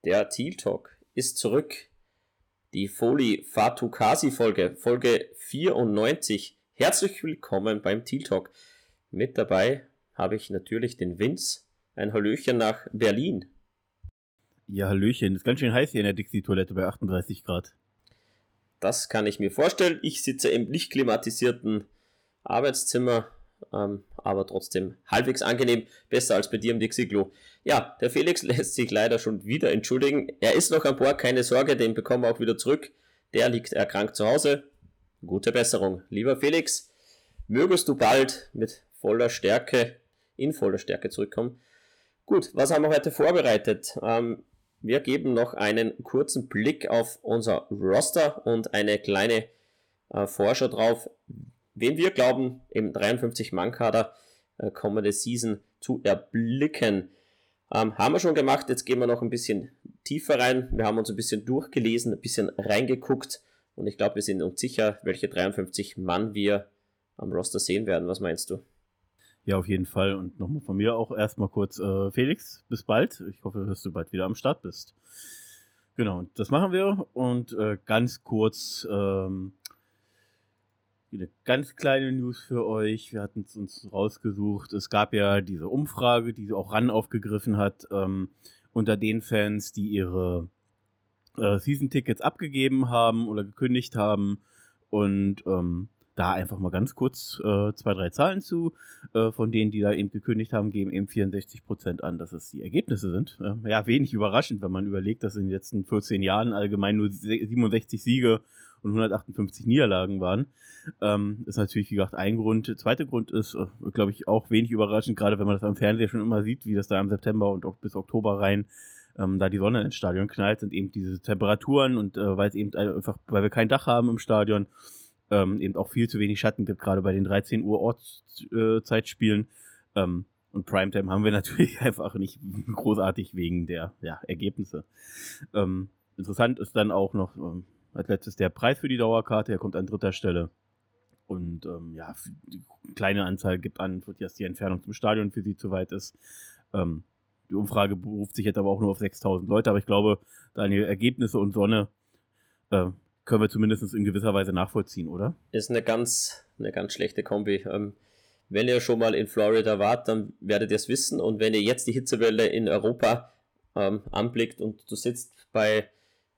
Der Teal Talk ist zurück. Die Foley Fatukasi Folge 94. Herzlich willkommen beim Teal Talk. Mit dabei habe ich natürlich den Vince. Ein Hallöchen nach Berlin. Ja, Hallöchen. Ist ganz schön heiß hier in der Dixie-Toilette bei 38 Grad. Das kann ich mir vorstellen. Ich sitze im nicht klimatisierten Arbeitszimmer, aber trotzdem halbwegs angenehm. Besser als bei dir im Dixie-Klo. Ja, der Felix lässt sich leider schon wieder entschuldigen. Er ist noch an Bord, keine Sorge, den bekommen wir auch wieder zurück. Der liegt erkrankt zu Hause. Gute Besserung. Lieber Felix, mögest du bald in voller Stärke zurückkommen. Gut, was haben wir heute vorbereitet? Wir geben noch einen kurzen Blick auf unser Roster und eine kleine Vorschau drauf, wen wir glauben, im 53-Mann-Kader kommende Season zu erblicken. Haben wir schon gemacht, jetzt gehen wir noch ein bisschen tiefer rein. Wir haben uns ein bisschen durchgelesen, ein bisschen reingeguckt und ich glaube, wir sind uns sicher, welche 53 Mann wir am Roster sehen werden. Was meinst du? Ja, auf jeden Fall. Und nochmal von mir auch erstmal kurz, Felix, bis bald. Ich hoffe, dass du bald wieder am Start bist. Genau, das machen wir. Und ganz kurz eine ganz kleine News für euch. Wir hatten es uns rausgesucht. Es gab ja diese Umfrage, die auch RAN aufgegriffen hat, unter den Fans, die ihre Season-Tickets abgegeben haben oder gekündigt haben. Und da einfach mal ganz kurz 2-3 Zahlen zu. Von denen, die da eben gekündigt haben, geben eben 64% an, dass es die Ergebnisse sind. Ja, wenig überraschend, wenn man überlegt, dass in den letzten 14 Jahren allgemein nur 67 Siege und 158 Niederlagen waren. Ist natürlich, wie gesagt, ein Grund. Der zweite Grund ist, glaube ich, auch wenig überraschend, gerade wenn man das am Fernseher schon immer sieht, wie das da im September und auch bis Oktober rein da die Sonne ins Stadion knallt, sind eben diese Temperaturen und weil es eben einfach, weil wir kein Dach haben im Stadion, eben auch viel zu wenig Schatten gibt, gerade bei den 13 Uhr Ortszeitspielen. Und Primetime haben wir natürlich einfach nicht großartig wegen der Ergebnisse. Interessant ist dann auch noch als letztes der Preis für die Dauerkarte, der kommt an 3. Stelle. Und die kleine Anzahl gibt an, dass die Entfernung zum Stadion für sie zu weit ist. Die Umfrage beruft sich jetzt aber auch nur auf 6.000 Leute, aber ich glaube, deine Ergebnisse und Sonne können wir zumindest in gewisser Weise nachvollziehen, oder? Ist eine ganz schlechte Kombi. Wenn ihr schon mal in Florida wart, dann werdet ihr es wissen. Und wenn ihr jetzt die Hitzewelle in Europa anblickt und du sitzt bei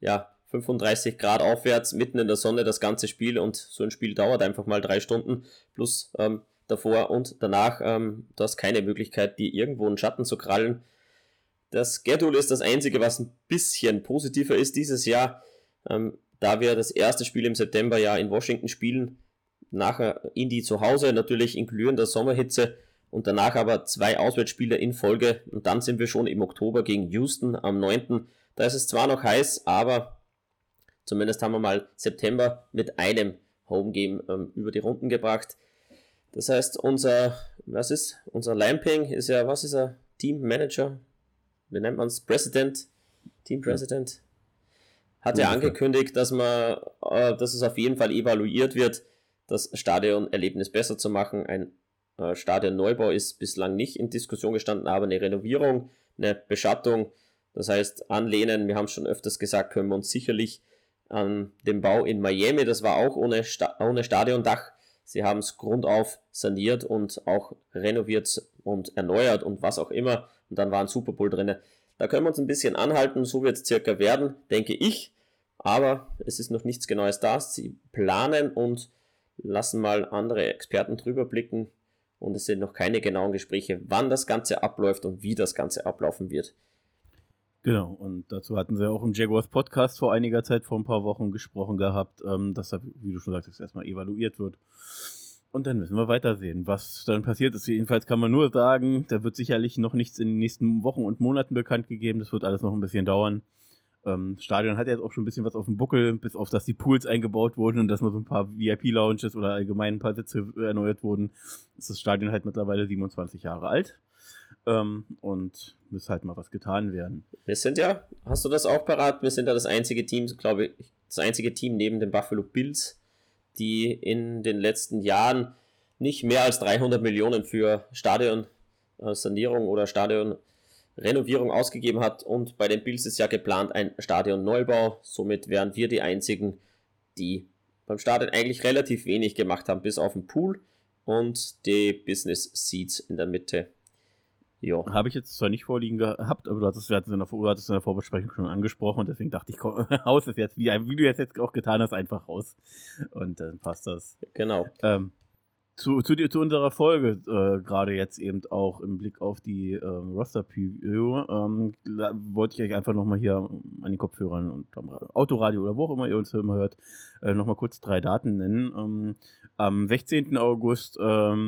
35 Grad aufwärts, mitten in der Sonne das ganze Spiel und so ein Spiel dauert einfach mal 3 Stunden plus davor und danach, du hast keine Möglichkeit, dir irgendwo einen Schatten zu krallen. Das Schedule ist das Einzige, was ein bisschen positiver ist dieses Jahr. Da wir das erste Spiel im September in Washington spielen, nachher Indy zu Hause, natürlich in glühender Sommerhitze und danach aber 2 Auswärtsspiele in Folge und dann sind wir schon im Oktober gegen Houston am 9. Da ist es zwar noch heiß, aber zumindest haben wir mal September mit einem Homegame über die Runden gebracht. Das heißt, unser Lamping ist ja, was ist er? Team Manager? Wie nennt man es? Team President? Hat ja angekündigt, dass es auf jeden Fall evaluiert wird, das Stadionerlebnis besser zu machen. Ein Stadionneubau ist bislang nicht in Diskussion gestanden, aber eine Renovierung, eine Beschattung, das heißt anlehnen, wir haben es schon öfters gesagt, können wir uns sicherlich an den Bau in Miami, das war auch ohne Stadiondach. Sie haben es grundauf saniert und auch renoviert und erneuert und was auch immer. Und dann war ein Super Bowl drin. Da können wir uns ein bisschen anhalten, so wird es circa werden, denke ich. Aber es ist noch nichts Genaues da. Sie planen und lassen mal andere Experten drüber blicken. Und es sind noch keine genauen Gespräche, wann das Ganze abläuft und wie das Ganze ablaufen wird. Genau, und dazu hatten sie auch im Jaguars Podcast vor einiger Zeit, vor ein paar Wochen gesprochen gehabt, dass da, wie du schon sagtest, erstmal evaluiert wird. Und dann müssen wir weitersehen, was dann passiert ist. Jedenfalls kann man nur sagen, da wird sicherlich noch nichts in den nächsten Wochen und Monaten bekannt gegeben. Das wird alles noch ein bisschen dauern. Das Stadion hat jetzt auch schon ein bisschen was auf dem Buckel, bis auf dass die Pools eingebaut wurden und dass mal so ein paar VIP-Lounges oder allgemein ein paar Sitze erneuert wurden. Ist das Stadion halt mittlerweile 27 Jahre alt. Und muss halt mal was getan werden. Wir sind ja, hast du das auch parat? Wir sind ja das einzige Team, glaube ich, neben den Buffalo Bills, die in den letzten Jahren nicht mehr als 300 Millionen für Stadionsanierung oder Stadion Renovierung ausgegeben hat, und bei den Bills ist ja geplant ein Stadionneubau. Somit wären wir die einzigen, die beim Stadion eigentlich relativ wenig gemacht haben, bis auf den Pool und die Business Seats in der Mitte. Jo. Habe ich jetzt zwar nicht vorliegen gehabt, aber du hattest es in der Vorbesprechung schon angesprochen, und deswegen dachte ich, haus es jetzt, wie du jetzt auch getan hast, einfach raus. Und dann passt das. Genau. Zu unserer Folge, gerade jetzt eben auch im Blick auf die Roster-Preview, wollte ich euch einfach nochmal hier an den Kopfhörern und am Autoradio oder wo auch immer ihr uns immer hört, nochmal kurz 3 Daten nennen. Am 16. August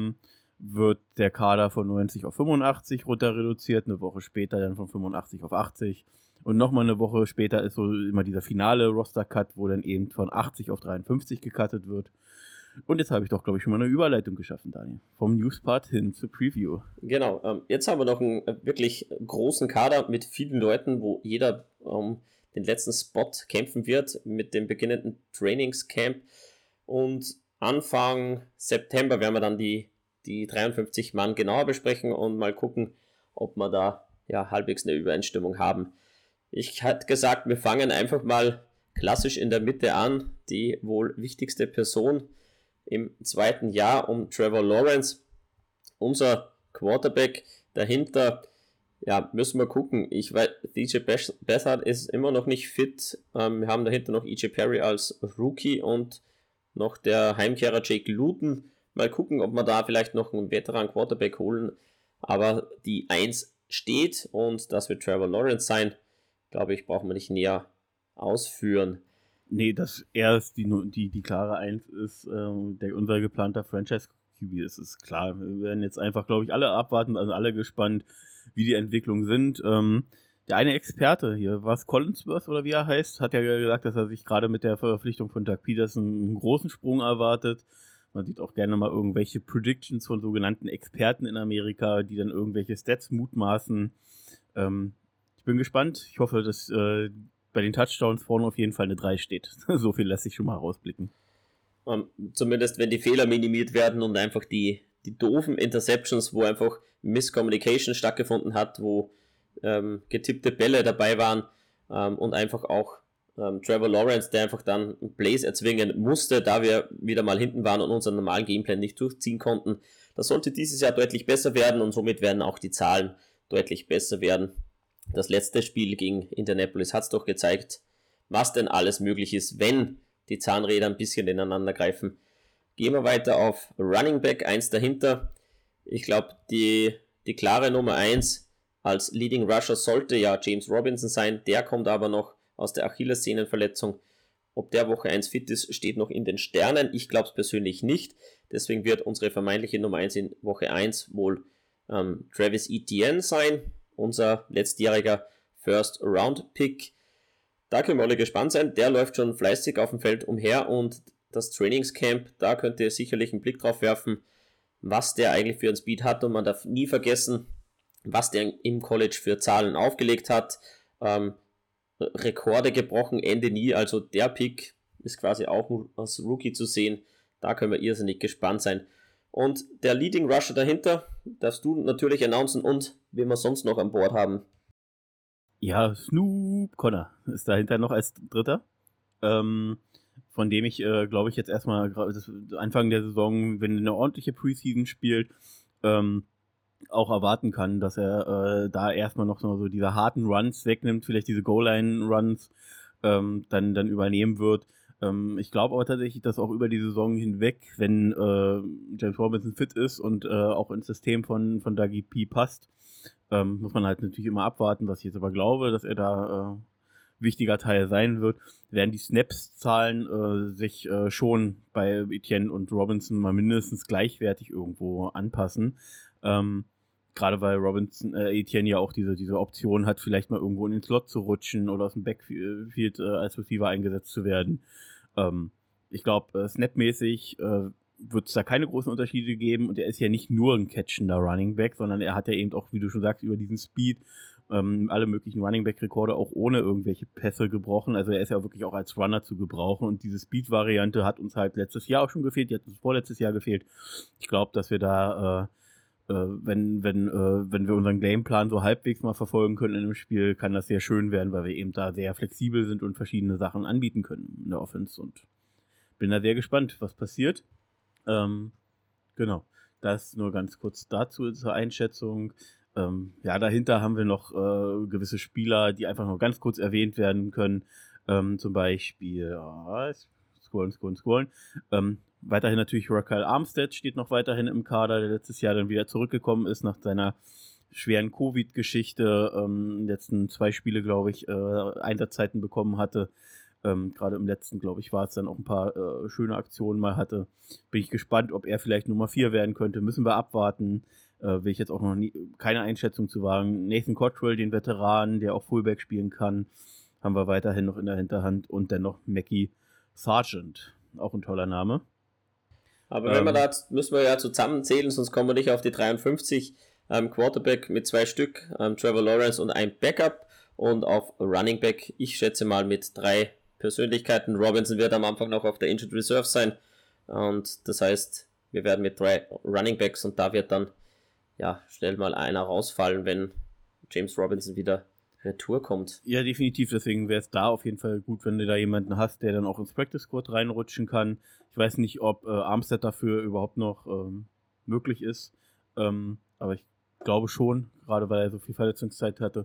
wird der Kader von 90 auf 85 runter reduziert, eine Woche später dann von 85 auf 80. Und nochmal eine Woche später ist so immer dieser finale Roster-Cut, wo dann eben von 80 auf 53 gecuttet wird. Und jetzt habe ich doch, glaube ich, schon mal eine Überleitung geschaffen, Daniel. Vom Newspart hin zur Preview. Genau, jetzt haben wir noch einen wirklich großen Kader mit vielen Leuten, wo jeder den letzten Spot kämpfen wird mit dem beginnenden Trainingscamp. Und Anfang September werden wir dann die 53 Mann genauer besprechen und mal gucken, ob wir da ja halbwegs eine Übereinstimmung haben. Ich hatte gesagt, wir fangen einfach mal klassisch in der Mitte an. Die wohl wichtigste Person im zweiten Jahr um Trevor Lawrence, unser Quarterback. Dahinter, ja, müssen wir gucken. Ich weiß, DJ Beathard ist immer noch nicht fit. Wir haben dahinter noch EJ Perry als Rookie und noch der Heimkehrer Jake Luton. Mal gucken, ob wir da vielleicht noch einen Veteran Quarterback holen. Aber die 1 steht und das wird Trevor Lawrence sein. Glaube ich, brauchen wir nicht näher ausführen. Nee, dass er es die klare 1 ist, unser geplanter Franchise-QB ist klar. Wir werden jetzt einfach, glaube ich, alle abwarten, also alle gespannt, wie die Entwicklungen sind. Der eine Experte hier, was Collinsworth oder wie er heißt, hat ja gesagt, dass er sich gerade mit der Verpflichtung von Doug Peterson einen großen Sprung erwartet. Man sieht auch gerne mal irgendwelche Predictions von sogenannten Experten in Amerika, die dann irgendwelche Stats mutmaßen. Ich bin gespannt. Ich hoffe, dass bei den Touchdowns vorne auf jeden Fall eine 3 steht. So viel lässt sich schon mal rausblicken. Zumindest wenn die Fehler minimiert werden und einfach die doofen Interceptions, wo einfach Miscommunication stattgefunden hat, wo getippte Bälle dabei waren und einfach auch Trevor Lawrence, der einfach dann Plays erzwingen musste, da wir wieder mal hinten waren und unseren normalen Gameplan nicht durchziehen konnten. Das sollte dieses Jahr deutlich besser werden und somit werden auch die Zahlen deutlich besser werden. Das letzte Spiel gegen Indianapolis hat es doch gezeigt, was denn alles möglich ist, wenn die Zahnräder ein bisschen ineinander greifen. Gehen wir weiter auf Running Back, 1 dahinter. Ich glaube, die klare Nummer 1 als Leading Rusher sollte ja James Robinson sein. Der kommt aber noch aus der Achillessehnenverletzung. Ob der Woche 1 fit ist, steht noch in den Sternen. Ich glaube es persönlich nicht. Deswegen wird unsere vermeintliche Nummer 1 in Woche 1 wohl Travis Etienne sein. Unser letztjähriger First-Round-Pick. Da können wir alle gespannt sein. Der läuft schon fleißig auf dem Feld umher und das Trainingscamp, da könnt ihr sicherlich einen Blick drauf werfen, was der eigentlich für einen Speed hat, und man darf nie vergessen, was der im College für Zahlen aufgelegt hat. Rekorde gebrochen, Ende nie, also der Pick ist quasi auch als Rookie zu sehen. Da können wir irrsinnig gespannt sein. Und der Leading Rusher dahinter darfst du natürlich announcen und wen wir sonst noch an Bord haben. Ja, Snoop Connor ist dahinter noch als Dritter. Von dem ich, glaube ich, jetzt erstmal Anfang der Saison, wenn er eine ordentliche Preseason spielt, auch erwarten kann, dass er da erstmal noch so diese harten Runs wegnimmt, vielleicht diese Goal-Line-Runs dann übernehmen wird. Ich glaube aber tatsächlich, dass auch über die Saison hinweg, wenn James Robinson fit ist und auch ins System von Dougie P passt, muss man halt natürlich immer abwarten, was ich jetzt aber glaube, dass er da wichtiger Teil sein wird, werden die Snaps-Zahlen sich schon bei Etienne und Robinson mal mindestens gleichwertig irgendwo anpassen. Gerade weil Etienne ja auch diese Option hat, vielleicht mal irgendwo in den Slot zu rutschen oder aus dem Backfield als Receiver eingesetzt zu werden. Ich glaube, snapmäßig wird es da keine großen Unterschiede geben, und er ist ja nicht nur ein catchender Running Back, sondern er hat ja eben auch, wie du schon sagst, über diesen Speed alle möglichen Running Back Rekorde auch ohne irgendwelche Pässe gebrochen. Also er ist ja wirklich auch als Runner zu gebrauchen, und diese Speed-Variante hat uns halt letztes Jahr auch schon gefehlt, die hat uns vorletztes Jahr gefehlt. Ich glaube, dass wir da wenn wir unseren Gameplan so halbwegs mal verfolgen können in dem Spiel, kann das sehr schön werden, weil wir eben da sehr flexibel sind und verschiedene Sachen anbieten können in der Offense und bin da sehr gespannt, was passiert. Genau, das nur ganz kurz dazu zur Einschätzung. Dahinter haben wir noch gewisse Spieler, die einfach nur ganz kurz erwähnt werden können. Zum Beispiel, scrollen. Weiterhin natürlich Raquel Armstead steht noch weiterhin im Kader, der letztes Jahr dann wieder zurückgekommen ist nach seiner schweren Covid-Geschichte, letzten 2 Spiele, glaube ich, Einsatzzeiten bekommen hatte. Gerade im letzten, glaube ich, war es dann auch ein paar schöne Aktionen mal hatte. Bin ich gespannt, ob er vielleicht Nummer 4 werden könnte. Müssen wir abwarten. Will ich jetzt auch noch keine Einschätzung zu wagen. Nathan Cottrell, den Veteran, der auch Fullback spielen kann, haben wir weiterhin noch in der Hinterhand. Und dann noch Mackie Sargent, auch ein toller Name. Aber wenn wir da, müssen wir ja zusammenzählen, sonst kommen wir nicht auf die 53. Quarterback mit 2 Stück, Trevor Lawrence und ein Backup. Und auf Running Back, ich schätze mal mit 3 Persönlichkeiten. Robinson wird am Anfang noch auf der Injured Reserve sein. Und das heißt, wir werden mit 3 Running Backs und da wird dann, ja, schnell mal einer rausfallen, wenn James Robinson wieder retour kommt. Ja, definitiv. Deswegen wäre es da auf jeden Fall gut, wenn du da jemanden hast, der dann auch ins Practice Squad reinrutschen kann. Ich weiß nicht, ob Armstead dafür überhaupt noch möglich ist. Aber ich glaube schon, gerade weil er so viel Verletzungszeit hatte.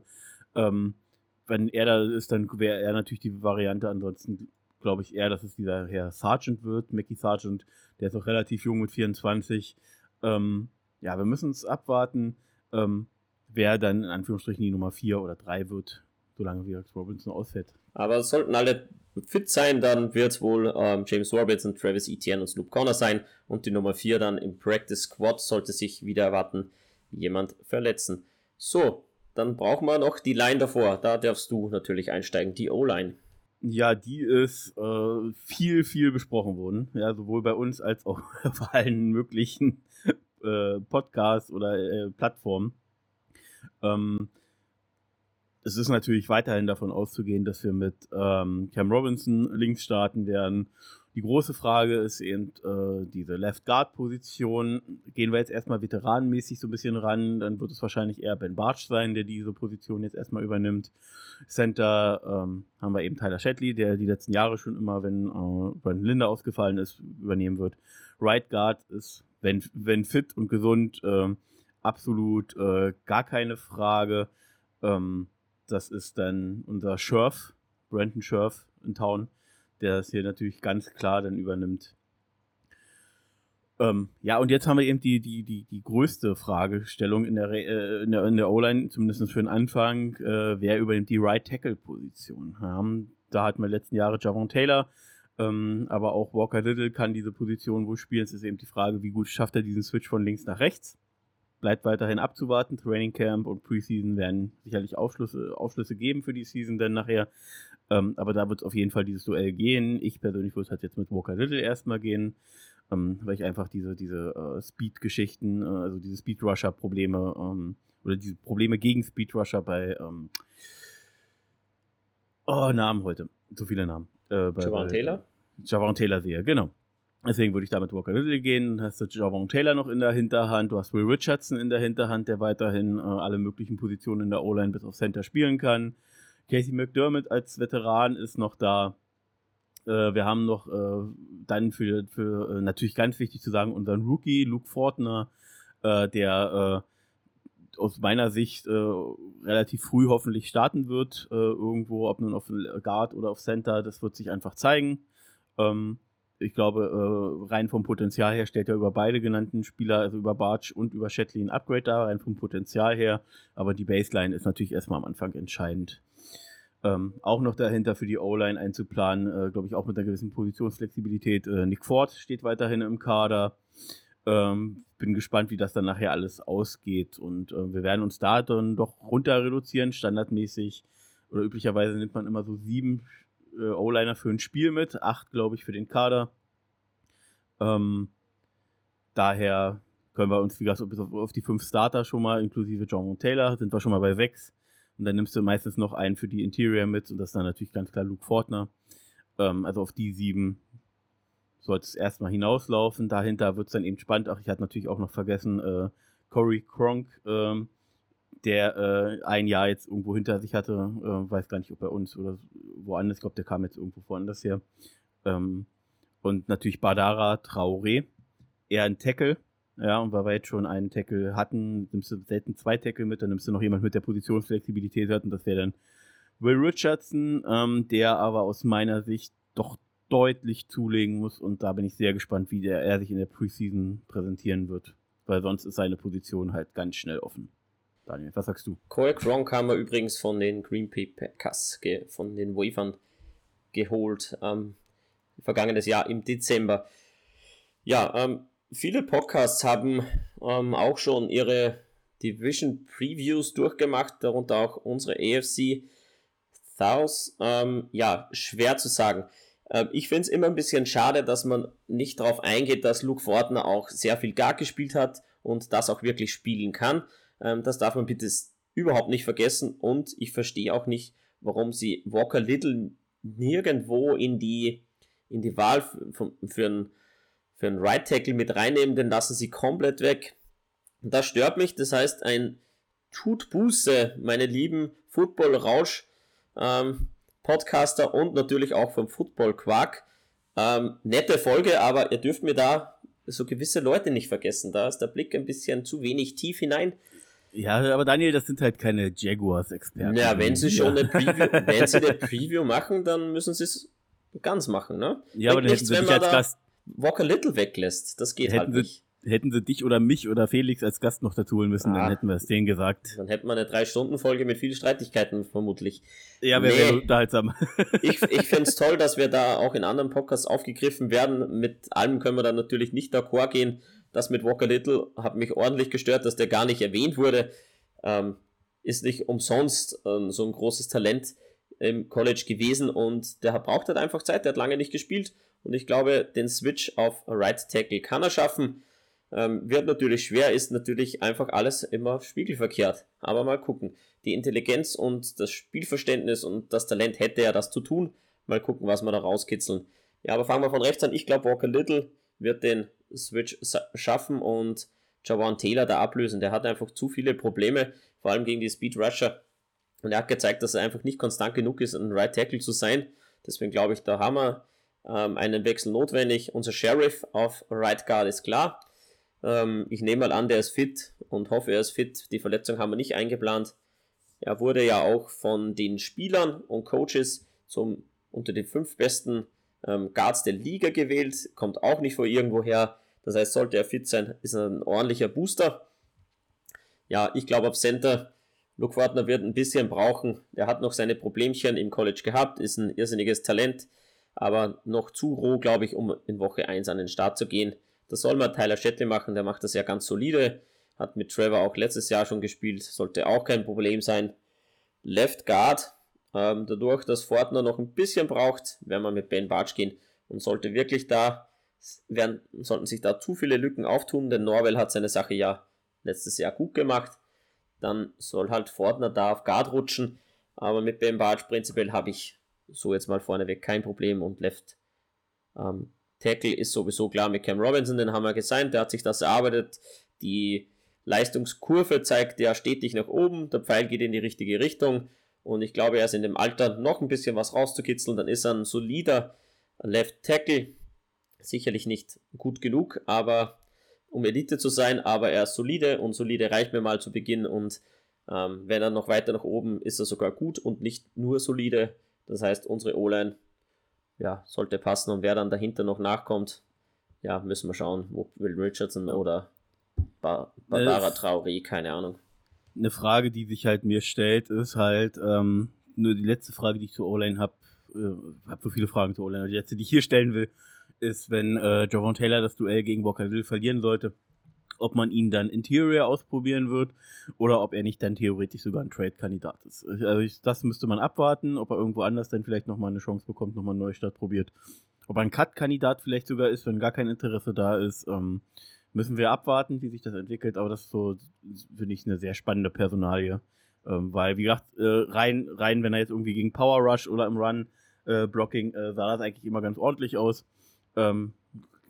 Wenn er da ist, dann wäre er natürlich die Variante. Ansonsten glaube ich eher, dass es dieser Herr Sargent wird, Mackie Sargent. Der ist auch relativ jung mit 24. Wir müssen es abwarten, wer dann in Anführungsstrichen die Nummer 4 oder 3 wird, solange wie Robinson ausfällt. Aber sollten alle fit sein, dann wird es wohl James Robinson, Travis Etienne und Snoop Conner sein und die Nummer 4 dann im Practice Squad sollte sich wieder erwarten, jemand verletzen. So, dann brauchen wir noch die Line davor. Da darfst du natürlich einsteigen, die O-Line. Ja, die ist viel besprochen worden. Ja, sowohl bei uns als auch auf allen möglichen Podcasts oder Plattformen. Es ist natürlich weiterhin davon auszugehen, dass wir mit Cam Robinson links starten werden. Die große Frage ist eben diese Left Guard Position. Gehen wir jetzt erstmal veteranenmäßig so ein bisschen ran, dann wird es wahrscheinlich eher Ben Bartsch sein, der diese Position jetzt erstmal übernimmt. Center haben wir eben Tyler Shetley, der die letzten Jahre schon immer, wenn Brandon Linder ausgefallen ist, übernehmen wird. Right Guard ist, wenn fit und gesund, absolut gar keine Frage. Das ist dann unser Scherf, Brandon Scherf in Town, der das hier natürlich ganz klar dann übernimmt. Und jetzt haben wir eben die größte Fragestellung in der O-Line, zumindest für den Anfang, wer übernimmt die Right-Tackle-Position. Da hatten wir letzten Jahre Javon Taylor, aber auch Walker Little kann diese Position wohl spielen. Es ist eben die Frage, wie gut schafft er diesen Switch von links nach rechts. Bleibt weiterhin abzuwarten. Training Camp und Preseason werden sicherlich Aufschlüsse geben für die Season dann nachher. Aber da wird es auf jeden Fall dieses Duell gehen. Ich persönlich würde halt jetzt mit Walker Little erstmal gehen, weil ich einfach diese Speed-Geschichten, also diese Speed-Rusher-Probleme oder diese Probleme gegen Speed-Rusher bei Namen heute. Zu viele Namen. Javon Taylor? Javon Taylor sehe, genau. Deswegen würde ich da mit Walker Little gehen. Dann hast du Javon Taylor noch in der Hinterhand. Du hast Will Richardson in der Hinterhand, der weiterhin alle möglichen Positionen in der O-Line bis auf Center spielen kann. Casey McDermott als Veteran ist noch da. Wir haben noch dann für natürlich ganz wichtig zu sagen, unseren Rookie Luke Fortner, der aus meiner Sicht relativ früh hoffentlich starten wird. Irgendwo, ob nun auf Guard oder auf Center, das wird sich einfach zeigen. Ich glaube, rein vom Potenzial her stellt er über beide genannten Spieler, also über Bartsch und über Shetley, ein Upgrade da, rein vom Potenzial her. Aber die Baseline ist natürlich erstmal am Anfang entscheidend. Auch noch dahinter für die O-Line einzuplanen, glaube ich, auch mit einer gewissen Positionsflexibilität. Nick Ford steht weiterhin im Kader. Bin gespannt, wie das dann nachher alles ausgeht. Und wir werden uns da dann doch runter reduzieren, standardmäßig. Oder üblicherweise nimmt man immer so 7 O-Liner für ein Spiel mit, 8, glaube ich, für den Kader. Daher können wir uns, wie gesagt, bis auf die 5 Starter schon mal, inklusive Javon Taylor, sind wir schon mal bei 6. Und dann nimmst du meistens noch einen für die Interior mit und das ist dann natürlich ganz klar Luke Fortner. Also auf die 7 sollte es erstmal hinauslaufen. Dahinter wird es dann eben spannend. Ach, ich hatte natürlich auch noch vergessen, Corey Cronk, der ein Jahr jetzt irgendwo hinter sich hatte, weiß gar nicht, ob bei uns oder woanders, ich glaube, der kam jetzt irgendwo woanders her. Und natürlich Badara Traoré, eher ein Tackle, ja, und weil wir jetzt schon einen Tackle hatten, nimmst du selten 2 Tackle mit, dann nimmst du noch jemand mit der Positionsflexibilität hat, und das wäre dann Will Richardson, der aber aus meiner Sicht doch deutlich zulegen muss, und da bin ich sehr gespannt, wie er sich in der Preseason präsentieren wird, weil sonst ist seine Position halt ganz schnell offen. Daniel, was sagst du? Corey Cronk haben wir übrigens von den Green Bay Packers, von den Waivern geholt, vergangenes Jahr im Dezember. Ja, viele Podcasts haben auch schon ihre Division Previews durchgemacht, darunter auch unsere AFC South. Ja, schwer zu sagen. Ich finde es immer ein bisschen schade, dass man nicht darauf eingeht, dass Luke Fortner auch sehr viel Guard gespielt hat und das auch wirklich spielen kann. Das darf man bitte überhaupt nicht vergessen, und ich verstehe auch nicht, warum sie Walker Little nirgendwo in die Wahl für einen Right Tackle mit reinnehmen, den lassen sie komplett weg. Das stört mich, das heißt, ein Tut Buße, meine lieben Football-Rausch Podcaster und natürlich auch vom Football Quark. Nette Folge, aber ihr dürft mir da so gewisse Leute nicht vergessen. Da ist der Blick ein bisschen zu wenig tief hinein. Ja, aber Daniel, das sind halt keine Jaguars-Experten. Ja, wenn sie schon eine Preview machen, dann müssen sie es ganz machen, ne? Ja, aber dann hätten sie dich als Gast Walker Little weglässt. Das geht halt nicht. Hätten sie dich oder mich oder Felix als Gast noch dazu holen müssen, dann hätten wir es denen gesagt. Dann hätten wir eine 3-Stunden-Folge mit vielen Streitigkeiten vermutlich. Ja, wäre unterhaltsam. Ich finde es toll, dass wir da auch in anderen Podcasts aufgegriffen werden. Mit allem können wir dann natürlich nicht d'accord gehen. Das mit Walker Little hat mich ordentlich gestört, dass der gar nicht erwähnt wurde. Ist nicht umsonst so ein großes Talent im College gewesen, und der braucht halt einfach Zeit, der hat lange nicht gespielt, und ich glaube, den Switch auf Right Tackle kann er schaffen. Wird natürlich schwer, ist natürlich einfach alles immer spiegelverkehrt. Aber mal gucken. Die Intelligenz und das Spielverständnis und das Talent hätte er, das zu tun. Mal gucken, was wir da rauskitzeln. Ja, aber fangen wir von rechts an. Ich glaube, Walker Little wird den Switch schaffen und Jawan Taylor da ablösen. Der hat einfach zu viele Probleme, vor allem gegen die Speed Rusher. Und er hat gezeigt, dass er einfach nicht konstant genug ist, ein Right Tackle zu sein. Deswegen glaube ich, da haben wir einen Wechsel notwendig. Unser Sheriff auf Right Guard ist klar. Ich nehme mal an, der ist fit und hoffe, er ist fit. Die Verletzung haben wir nicht eingeplant. Er wurde ja auch von den Spielern und Coaches unter den 5 besten Guards der Liga gewählt. Kommt auch nicht von irgendwoher. Das heißt, sollte er fit sein, ist er ein ordentlicher Booster. Ja, ich glaube, auf Center, Luke Fortner wird ein bisschen brauchen. Er hat noch seine Problemchen im College gehabt, ist ein irrsinniges Talent, aber noch zu roh, glaube ich, um in Woche 1 an den Start zu gehen. Das soll mal Tyler Shetley machen, der macht das ja ganz solide. Hat mit Trevor auch letztes Jahr schon gespielt, sollte auch kein Problem sein. Left Guard, dadurch, dass Fortner noch ein bisschen braucht, werden wir mit Ben Bartsch gehen, und sollten sich da zu viele Lücken auftun, denn Norwell hat seine Sache ja letztes Jahr gut gemacht. Dann soll halt Fortner da auf Guard rutschen, aber mit Ben Bartsch prinzipiell habe ich so jetzt mal vorneweg kein Problem, und Left Tackle ist sowieso klar mit Cam Robinson, den haben wir gesigned, der hat sich das erarbeitet, die Leistungskurve zeigt ja stetig nach oben, der Pfeil geht in die richtige Richtung, und ich glaube, er ist in dem Alter noch ein bisschen was rauszukitzeln, dann ist er ein solider Left Tackle, sicherlich nicht gut genug, aber um Elite zu sein, aber er ist solide, und solide reicht mir mal zu Beginn, und wenn er noch weiter nach oben, ist er sogar gut und nicht nur solide. Das heißt, unsere O-Line sollte passen, und wer dann dahinter noch nachkommt, ja, müssen wir schauen, wo Will Richardson oder Badara Traoré, keine Ahnung. Eine Frage, die sich halt mir stellt, ist halt, nur die letzte Frage, die ich zur O-Line habe, habe so viele Fragen zur O-Line, die letzte, die ich hier stellen will, ist, wenn Jawan Taylor das Duell gegen Walker Little verlieren sollte, ob man ihn dann Interior ausprobieren wird oder ob er nicht dann theoretisch sogar ein Trade-Kandidat ist. Also das müsste man abwarten, ob er irgendwo anders dann vielleicht nochmal eine Chance bekommt, nochmal einen Neustart probiert. Ob er ein Cut-Kandidat vielleicht sogar ist, wenn gar kein Interesse da ist, müssen wir abwarten, wie sich das entwickelt. Aber das ist so, finde ich, eine sehr spannende Personalie. Weil, wie gesagt, rein, wenn er jetzt irgendwie gegen Power Rush oder im Run Blocking sah das eigentlich immer ganz ordentlich aus.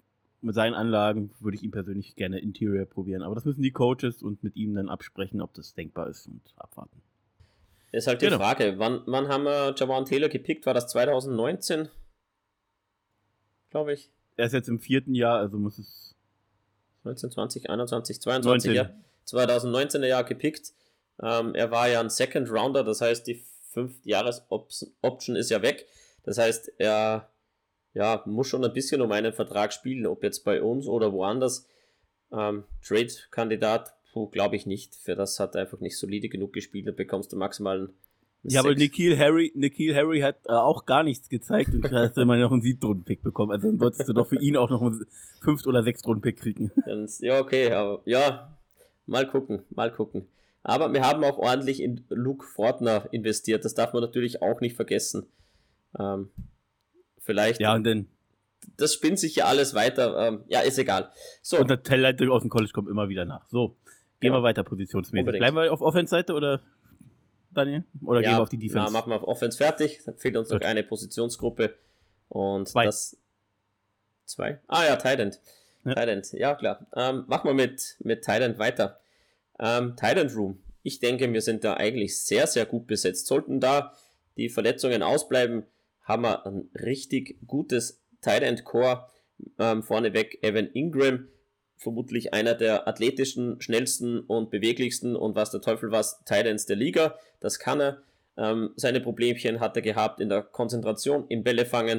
mit seinen Anlagen würde ich ihn persönlich gerne Interior probieren. Aber das müssen die Coaches und mit ihm dann absprechen, ob das denkbar ist und abwarten. Ist halt die Frage, wann haben wir Jawan Taylor gepickt? War das 2019? Glaube ich. Er ist jetzt im 4. Jahr, also muss es 19, 20, 21, 22, 19. Ja. 2019er Jahr gepickt. Er war ja ein Second Rounder, das heißt, die 5-Jahres-Option ist ja weg. Das heißt, er muss schon ein bisschen um einen Vertrag spielen, ob jetzt bei uns oder woanders. Trade-Kandidat, glaube ich nicht. Für das hat er einfach nicht solide genug gespielt und bekommst du maximal einen ja, aber N'Keal Harry hat auch gar nichts gezeigt und hast immer noch einen 7-Runden-Pick bekommen. Also dann solltest du doch für ihn auch noch einen 5- oder 6-Runden-Pick kriegen. Ja, okay, aber ja, mal gucken. Aber wir haben auch ordentlich in Luke Fortner investiert. Das darf man natürlich auch nicht vergessen. Vielleicht. Ja, und dann. Das spinnt sich ja alles weiter. Ja, ist egal. So. Und der Talent aus dem College kommt immer wieder nach. So, gehen wir weiter positionsmäßig. Unbedingt. Bleiben wir auf Offense-Seite oder, Daniel? Oder gehen wir auf die Defense? Ja, machen wir auf Offense fertig. Dann fehlt uns noch eine Positionsgruppe. Und 2. Das 2? Ja, Tight End. Ja. Tight End, ja klar. Machen wir mit Tight End weiter. Tight End Room. Ich denke, wir sind da eigentlich sehr, sehr gut besetzt. Sollten da die Verletzungen ausbleiben, haben wir ein richtig gutes Tight End Core. Vorneweg Evan Ingram, vermutlich einer der athletischsten, schnellsten und beweglichsten und was der Teufel was Tight Ends der Liga. Das kann er. Seine Problemchen hat er gehabt in der Konzentration, im Bällefangen.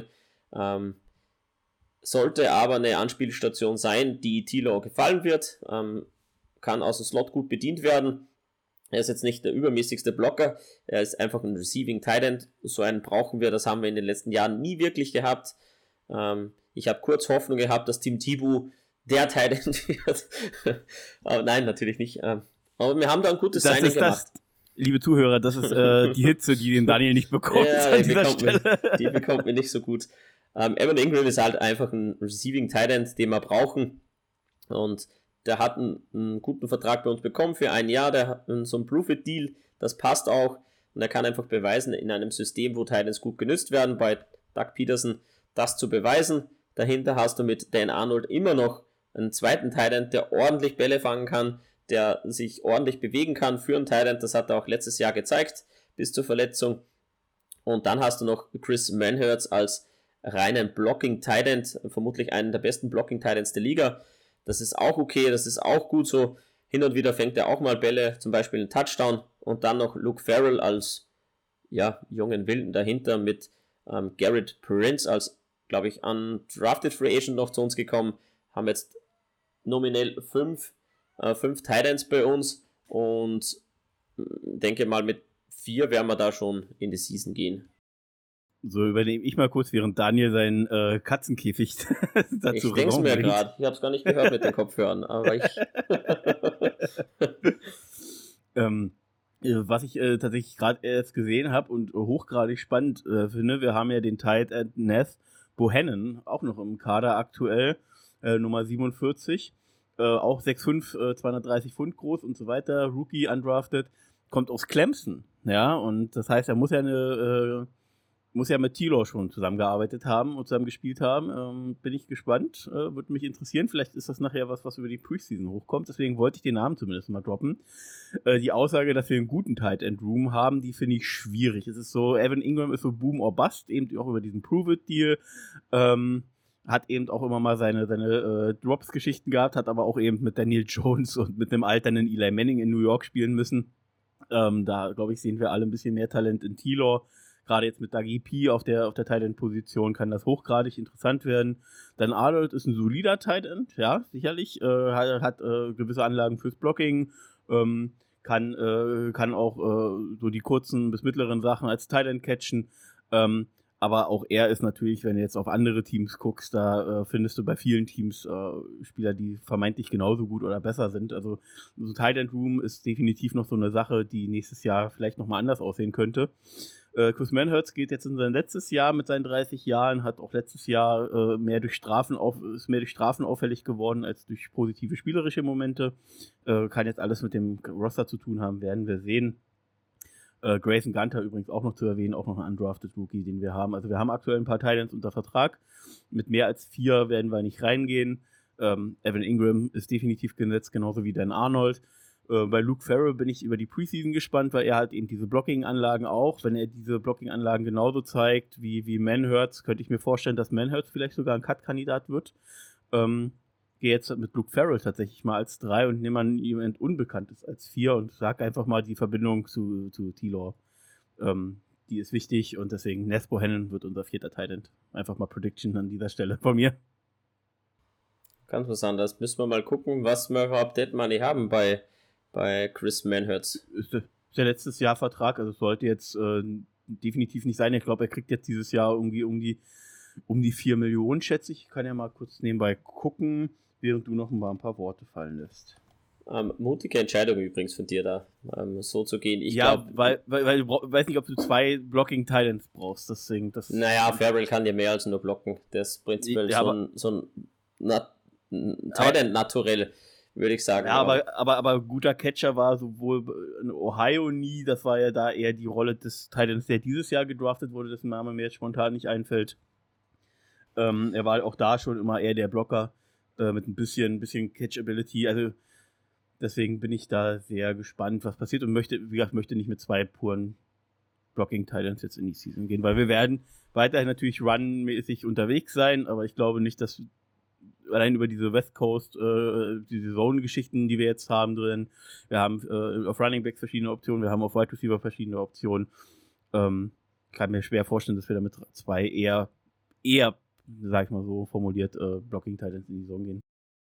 Sollte aber eine Anspielstation sein, die T-Law gefallen wird. Kann aus dem Slot gut bedient werden. Er ist jetzt nicht der übermäßigste Blocker, er ist einfach ein Receiving Tight End. So einen brauchen wir, das haben wir in den letzten Jahren nie wirklich gehabt. Ich habe kurz Hoffnung gehabt, dass Tim Tebow der Tight End wird. Aber nein, natürlich nicht. Aber wir haben da ein gutes Signing gemacht. Liebe Zuhörer, das ist die Hitze, die den Daniel nicht bekommt. Ja, die bekommt mir nicht so gut. Evan Ingram ist halt einfach ein Receiving Tight End, den wir brauchen. Und der hat einen guten Vertrag bei uns bekommen für ein Jahr. Der hat so einen Prove-It-Deal, das passt auch. Und er kann einfach beweisen, in einem System, wo Tight Ends gut genutzt werden, bei Doug Peterson das zu beweisen. Dahinter hast du mit Dan Arnold immer noch einen zweiten Tight End, der ordentlich Bälle fangen kann, der sich ordentlich bewegen kann für einen Tight End. Das hat er auch letztes Jahr gezeigt, bis zur Verletzung. Und dann hast du noch Chris Manhertz als reinen Blocking-Tight End, vermutlich einen der besten Blocking-Tight Ends der Liga. Das ist auch okay, das ist auch gut so. Hin und wieder fängt er auch mal Bälle, zum Beispiel einen Touchdown. Und dann noch Luke Farrell als jungen Wilden dahinter mit Garrett Prince als, glaube ich, undrafted Free Agent noch zu uns gekommen. Haben jetzt nominell 5 Tight Ends bei uns und denke mal mit 4 werden wir da schon in die Season gehen. So übernehme ich mal kurz, während Daniel seinen Katzenkäfig dazu Ich denke es mir gerade. Ich habe es gar nicht gehört mit den Kopfhörern, aber was ich tatsächlich gerade erst gesehen habe und hochgradig spannend finde, wir haben ja den Tight End Ness Bohannon auch noch im Kader aktuell, Nummer 47, auch 6'5", 230 Pfund groß und so weiter, Rookie, undrafted, kommt aus Clemson, ja, und das heißt, er muss ja mit T-Law schon zusammengearbeitet haben und zusammen gespielt haben. Bin ich gespannt, würde mich interessieren. Vielleicht ist das nachher was über die Preseason hochkommt. Deswegen wollte ich den Namen zumindest mal droppen. Die Aussage, dass wir einen guten Tight End Room haben, die finde ich schwierig. Es ist so, Evan Ingram ist so Boom or Bust, eben auch über diesen Prove-It-Deal. Hat eben auch immer mal seine Drops-Geschichten gehabt, hat aber auch eben mit Daniel Jones und mit einem alternden Eli Manning in New York spielen müssen. Da, glaube ich, sehen wir alle ein bisschen mehr Talent in T-Law. Gerade jetzt mit Dougie P auf der Tight End Position kann das hochgradig interessant werden. Dann Arnold ist ein solider Tight End, ja, sicherlich. Hat gewisse Anlagen fürs Blocking, kann auch so die kurzen bis mittleren Sachen als Tight End catchen. Aber auch er ist natürlich, wenn du jetzt auf andere Teams guckst, da findest du bei vielen Teams Spieler, die vermeintlich genauso gut oder besser sind. Also so Tight End Room ist definitiv noch so eine Sache, die nächstes Jahr vielleicht nochmal anders aussehen könnte. Chris Manhertz geht jetzt in sein letztes Jahr mit seinen 30 Jahren, hat auch letztes Jahr ist mehr durch Strafen auffällig geworden als durch positive spielerische Momente. Kann jetzt alles mit dem Roster zu tun haben, werden wir sehen. Grayson Gunter übrigens auch noch zu erwähnen, auch noch ein undrafted Rookie, den wir haben. Also wir haben aktuell ein paar Tight Ends unter Vertrag. Mit mehr als 4 werden wir nicht reingehen. Evan Ingram ist definitiv gesetzt, genauso wie Dan Arnold. Bei Luke Farrell bin ich über die Preseason gespannt, weil er hat eben diese Blocking-Anlagen auch. Wenn er diese Blocking-Anlagen genauso zeigt wie Manhurts, könnte ich mir vorstellen, dass Manhurts vielleicht sogar ein Cut-Kandidat wird. Gehe jetzt mit Luke Farrell tatsächlich mal als 3 und nehme mal jemand Unbekanntes als 4 und sage einfach mal die Verbindung zu T-Law. Die ist wichtig und deswegen Nesbo Hennen wird unser 4. Tight End. Einfach mal Prediction an dieser Stelle von mir. Ganz was anderes. Müssen wir mal gucken, was wir überhaupt Dead Money haben bei Chris Manhurts. Ist der letztes Jahr Vertrag, also sollte jetzt definitiv nicht sein. Ich glaube, er kriegt jetzt dieses Jahr irgendwie um die 4 Millionen, schätze ich. Ich kann ja mal kurz nebenbei gucken, während du noch mal ein paar Worte fallen lässt. Mutige Entscheidung übrigens von dir da, so zu gehen. Ich glaube, weil du weiß nicht, ob du 2 Blocking-Titans brauchst, deswegen das. Naja, Farrell kann dir mehr als nur blocken. Der ist prinzipiell so ein Titan naturell, würde ich sagen. Ja, aber guter Catcher war sowohl in Ohio nie, das war ja da eher die Rolle des Titans, der dieses Jahr gedraftet wurde, dessen Name mir jetzt spontan nicht einfällt. Er war auch da schon immer eher der Blocker mit ein bisschen Catchability, also deswegen bin ich da sehr gespannt, was passiert und möchte nicht mit 2 puren Blocking-Titans jetzt in die Season gehen, weil wir werden weiterhin natürlich run-mäßig unterwegs sein, aber ich glaube nicht, dass allein über diese West Coast, diese Zone-Geschichten, die wir jetzt haben drin, wir haben auf Running Backs verschiedene Optionen, wir haben auf Wide Receiver verschiedene Optionen, kann mir schwer vorstellen, dass wir da mit 2 eher, sag ich mal so formuliert, Blocking-Titans in die Zone gehen.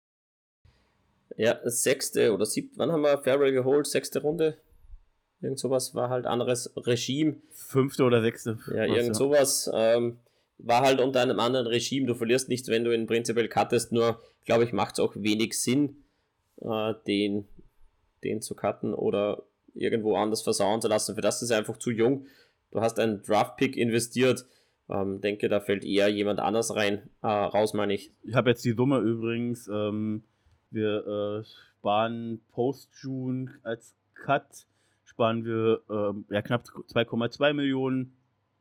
Ja, 6. oder 7. Wann haben wir Farrell geholt? 6. Runde? Irgend sowas war halt anderes Regime. 5. oder 6. Ja, irgend sowas war halt unter einem anderen Regime. Du verlierst nichts, wenn du ihn prinzipiell cuttest. Nur, glaube ich, macht es auch wenig Sinn, den zu cutten oder irgendwo anders versauen zu lassen. Für das ist er einfach zu jung. Du hast einen Draft-Pick investiert. Denke, da fällt eher jemand anders raus, meine ich. Ich habe jetzt die Summe übrigens. Wir sparen Post-June als Cut, sparen wir knapp 2,2 Millionen,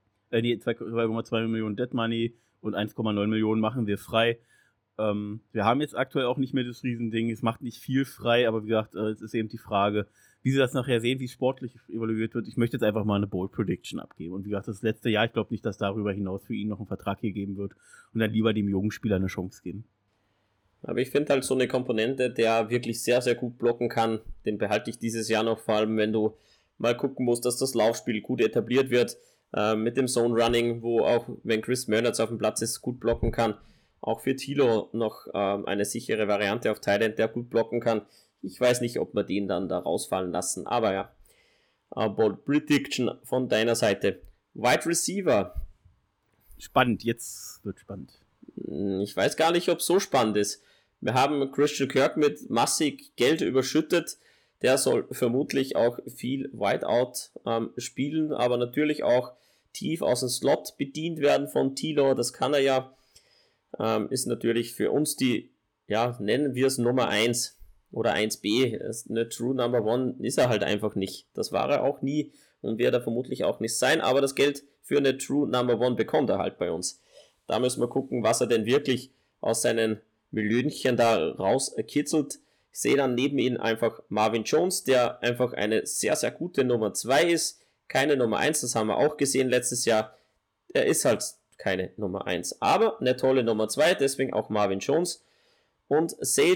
2,2 Millionen Dead Money und 1,9 Millionen machen wir frei. Wir haben jetzt aktuell auch nicht mehr das Riesending, es macht nicht viel frei, aber wie gesagt, es ist eben die Frage, wie sie das nachher sehen, wie es sportlich evaluiert wird. Ich möchte jetzt einfach mal eine Bold Prediction abgeben. Und wie gesagt, das letzte Jahr, ich glaube nicht, dass darüber hinaus für ihn noch einen Vertrag hier geben wird und dann lieber dem jungen Spieler eine Chance geben. Aber ich finde halt so eine Komponente, der wirklich sehr, sehr gut blocken kann, den behalte ich dieses Jahr noch, vor allem wenn du mal gucken musst, dass das Laufspiel gut etabliert wird, mit dem Zone Running, wo auch, wenn Chris Manhurts auf dem Platz ist, gut blocken kann. Auch für Thilo noch eine sichere Variante auf Tight End, der gut blocken kann. Ich weiß nicht, ob wir den dann da rausfallen lassen, aber ja. Bold Prediction von deiner Seite. Wide Receiver. Spannend, jetzt wird spannend. Ich weiß gar nicht, ob es so spannend ist. Wir haben Christian Kirk mit massig Geld überschüttet. Der soll vermutlich auch viel Wideout spielen, aber natürlich auch tief aus dem Slot bedient werden von T-Law. Das kann er ja. Ist natürlich für uns die, ja, nennen wir es Nummer 1 oder 1B. Eine True Number 1 ist er halt einfach nicht. Das war er auch nie und wird er vermutlich auch nicht sein. Aber das Geld für eine True Number 1 bekommt er halt bei uns. Da müssen wir gucken, was er denn wirklich aus seinen Millionchen da rauskitzelt. Ich sehe dann neben ihm einfach Marvin Jones, der einfach eine sehr, sehr gute Nummer 2 ist. Keine Nummer 1, das haben wir auch gesehen letztes Jahr. Er ist halt keine Nummer 1, aber eine tolle Nummer 2, deswegen auch Marvin Jones. Und Zay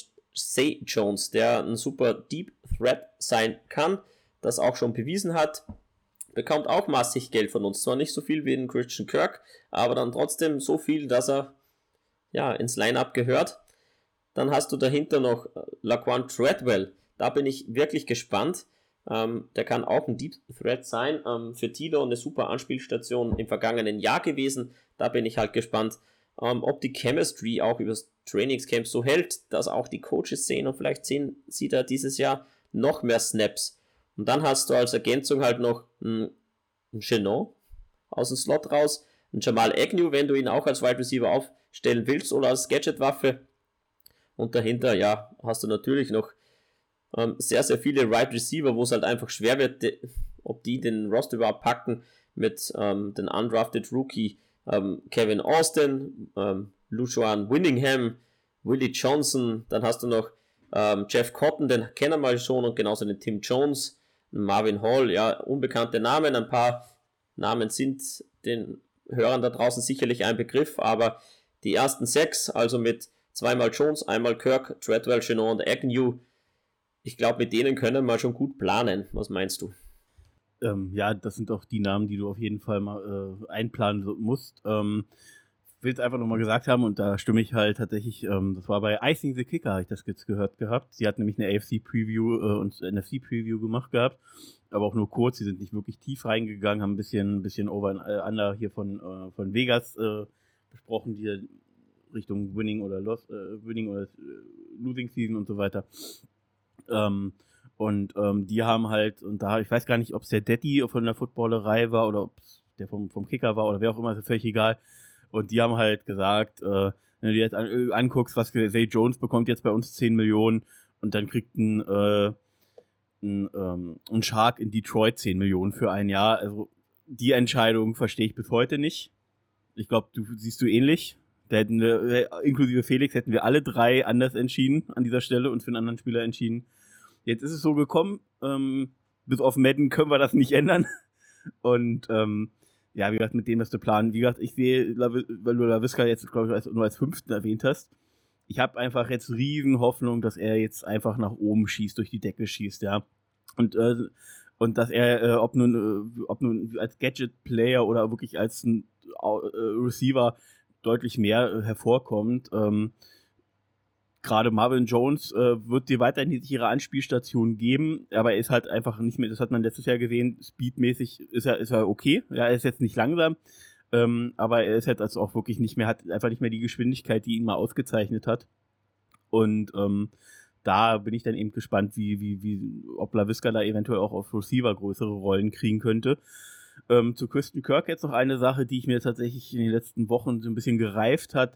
Jones, der ein super Deep Threat sein kann, das auch schon bewiesen hat, bekommt auch massig Geld von uns. Zwar nicht so viel wie in Christian Kirk, aber dann trotzdem so viel, dass er ja ins Line-Up gehört. Dann hast du dahinter noch Laquan Treadwell. Da bin ich wirklich gespannt. Der kann auch ein Deep Threat sein. Für Tilo eine super Anspielstation im vergangenen Jahr gewesen. Da bin ich halt gespannt, ob die Chemistry auch übers Trainingscamp so hält, dass auch die Coaches sehen und vielleicht sehen sie da dieses Jahr noch mehr Snaps. Und dann hast du als Ergänzung halt noch einen Chenot aus dem Slot raus, einen Jamal Agnew, wenn du ihn auch als Wide Receiver aufstellen willst oder als Gadget-Waffe. Und dahinter, ja, hast du natürlich noch sehr, sehr viele Wide Receiver, wo es halt einfach schwer wird, ob die den Roster überhaupt packen mit den undrafted Rookie Kevin Austin, Lujuan Winningham, Willie Johnson, dann hast du noch Jeff Cotton, den kennen wir schon, und genauso den Tim Jones, Marvin Hall, ja, unbekannte Namen, ein paar Namen sind den Hörern da draußen sicherlich ein Begriff, aber die ersten 6, also mit zweimal Jones, einmal Kirk, Treadwell, Chenot und Agnew, ich glaube, mit denen können wir schon gut planen. Was meinst du? Ja, das sind auch die Namen, die du auf jeden Fall mal einplanen musst. Will es einfach nochmal gesagt haben, und da stimme ich halt tatsächlich, das war bei Icing the Kicker, habe ich das jetzt gehört gehabt. Sie hat nämlich eine AFC-Preview und NFC-Preview gemacht gehabt, aber auch nur kurz, sie sind nicht wirklich tief reingegangen, haben ein bisschen over and under hier von Vegas besprochen, die Richtung Winning oder Losing Season und so weiter. Die haben halt, und da, ich weiß gar nicht, ob es der Daddy von der Footballerei war oder ob es der vom Kicker war oder wer auch immer, ist völlig egal. Und die haben halt gesagt, wenn du dir jetzt anguckst, was Zay Jones bekommt jetzt bei uns 10 Millionen und dann kriegt ein Shark in Detroit 10 Millionen für ein Jahr. Also die Entscheidung verstehe ich bis heute nicht. Ich glaube, siehst du ähnlich. Da hätten wir, inklusive Felix, hätten wir alle 3 anders entschieden an dieser Stelle und für einen anderen Spieler entschieden. Jetzt ist es so gekommen, bis auf Madden können wir das nicht ändern. Und ja, wie gesagt, mit dem, was du planen. Wie gesagt, ich sehe, weil du LaVisca jetzt, glaube ich, nur als 5. erwähnt hast, ich habe einfach jetzt riesen Hoffnung, dass er jetzt einfach nach oben schießt, durch die Decke schießt, ja. Und dass er, ob nun als Gadget-Player oder wirklich als ein Receiver deutlich mehr hervorkommt. Gerade Marvin Jones wird dir weiterhin ihre Anspielstation geben, aber er ist halt einfach nicht mehr, das hat man letztes Jahr gesehen, speedmäßig ist er okay, ja, er ist jetzt nicht langsam, aber er ist halt also auch wirklich nicht mehr, hat einfach nicht mehr die Geschwindigkeit, die ihn mal ausgezeichnet hat. Und da bin ich dann eben gespannt, ob LaVisca da eventuell auch auf Receiver größere Rollen kriegen könnte. Zu Christian Kirk jetzt noch eine Sache, die ich mir tatsächlich in den letzten Wochen so ein bisschen gereift hat.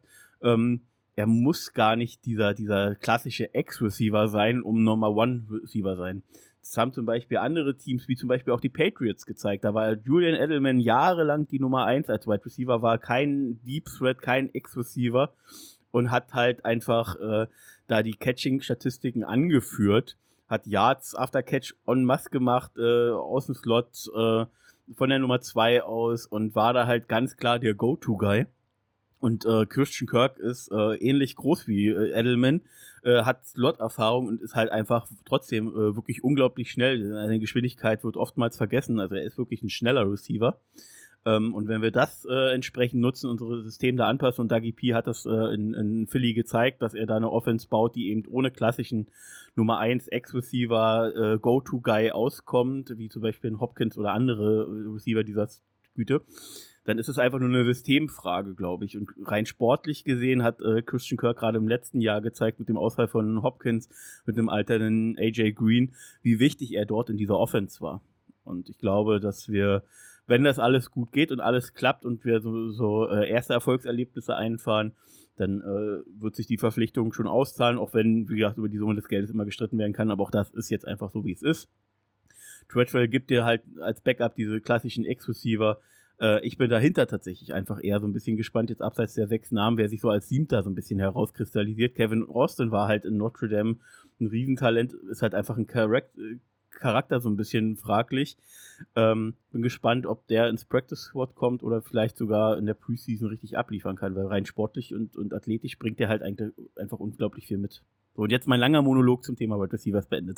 Er muss gar nicht dieser klassische Ex-Receiver sein, um Number One Receiver sein. Das haben zum Beispiel andere Teams, wie zum Beispiel auch die Patriots, gezeigt. Da war Julian Edelman jahrelang die Nummer 1 als Wide Receiver, war kein Deep Threat, kein Ex-Receiver und hat halt einfach da die Catching-Statistiken angeführt, hat Yards after Catch en masse gemacht, aus dem Slot, von der Nummer 2 aus und war da halt ganz klar der Go-To-Guy. Und Christian Kirk ist ähnlich groß wie Edelman, hat Slot-Erfahrung und ist halt einfach trotzdem wirklich unglaublich schnell. Seine Geschwindigkeit wird oftmals vergessen, also er ist wirklich ein schneller Receiver. Und wenn wir das entsprechend nutzen, unser System da anpassen, und Dougie P hat das in Philly gezeigt, dass er da eine Offense baut, die eben ohne klassischen Nummer 1 Ex-Receiver Go-To-Guy auskommt, wie zum Beispiel ein Hopkins oder andere Receiver dieser Güte, dann ist es einfach nur eine Systemfrage, glaube ich. Und rein sportlich gesehen hat Christian Kirk gerade im letzten Jahr gezeigt, mit dem Ausfall von Hopkins, mit dem alternden AJ Green, wie wichtig er dort in dieser Offense war. Und ich glaube, dass wir, wenn das alles gut geht und alles klappt und wir so erste Erfolgserlebnisse einfahren, dann wird sich die Verpflichtung schon auszahlen, auch wenn, wie gesagt, über die Summe des Geldes immer gestritten werden kann. Aber auch das ist jetzt einfach so, wie es ist. Treadwell gibt dir halt als Backup diese klassischen Ex-Receiver. Ich bin dahinter tatsächlich einfach eher so ein bisschen gespannt, jetzt abseits der 6 Namen, wer sich so als 7. so ein bisschen herauskristallisiert. Kevin Austin war halt in Notre Dame ein Riesentalent, ist halt einfach ein Charakter so ein bisschen fraglich. Bin gespannt, ob der ins Practice Squad kommt oder vielleicht sogar in der Preseason richtig abliefern kann, weil rein sportlich und athletisch bringt er halt einfach unglaublich viel mit. So, und jetzt mein langer Monolog zum Thema Wide Receivers beendet.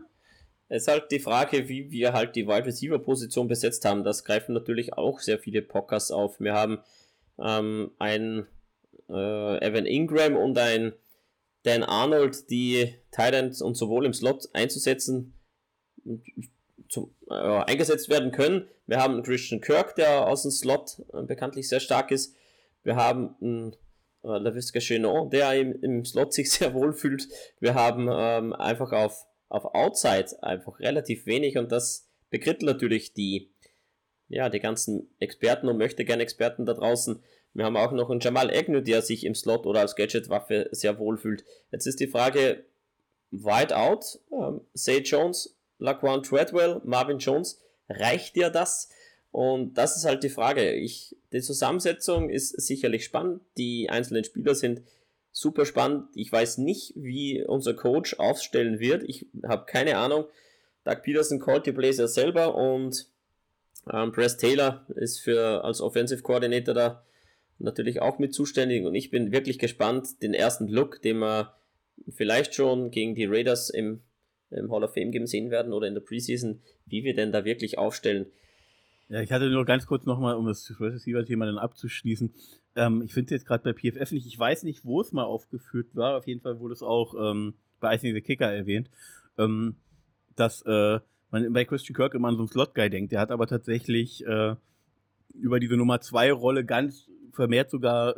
Es ist halt die Frage, wie wir halt die Wide Receiver Position besetzt haben. Das greifen natürlich auch sehr viele Podcasts auf. Wir haben einen Evan Ingram und ein Dan Arnold, die Tight Ends und sowohl im Slot eingesetzt werden können. Wir haben einen Christian Kirk, der aus dem Slot bekanntlich sehr stark ist. Wir haben einen LaVisca Chenot, der im Slot sich sehr wohl fühlt. Wir haben einfach auf Outside einfach relativ wenig, und das bekrittelt natürlich die ganzen Experten und möchte gerne Experten da draußen. Wir haben auch noch einen Jamal Agnew, der sich im Slot oder als Gadget-Waffe sehr wohl fühlt. Jetzt ist die Frage, Wide Out, Zay Jones, Laquan Treadwell, Marvin Jones, reicht dir das? Und das ist halt die Frage. Die Zusammensetzung ist sicherlich spannend, die einzelnen Spieler sind super spannend. Ich weiß nicht, wie unser Coach aufstellen wird. Ich habe keine Ahnung. Doug Peterson callt die Plays ja selber und Press Taylor ist als Offensive Coordinator da natürlich auch mit zuständig und ich bin wirklich gespannt, den ersten Look, den wir vielleicht schon gegen die Raiders im Hall of Fame Game sehen werden oder in der Preseason, wie wir denn da wirklich aufstellen. Ja, ich hatte nur ganz kurz nochmal, um das Receiver-Thema dann abzuschließen. Ich finde es jetzt gerade bei PFF nicht, ich weiß nicht, wo es mal aufgeführt war, auf jeden Fall wurde es auch bei Icing the Kicker erwähnt, dass man bei Christian Kirk immer an so einen Slot-Guy denkt. Der hat aber tatsächlich über diese Nummer 2 Rolle ganz vermehrt sogar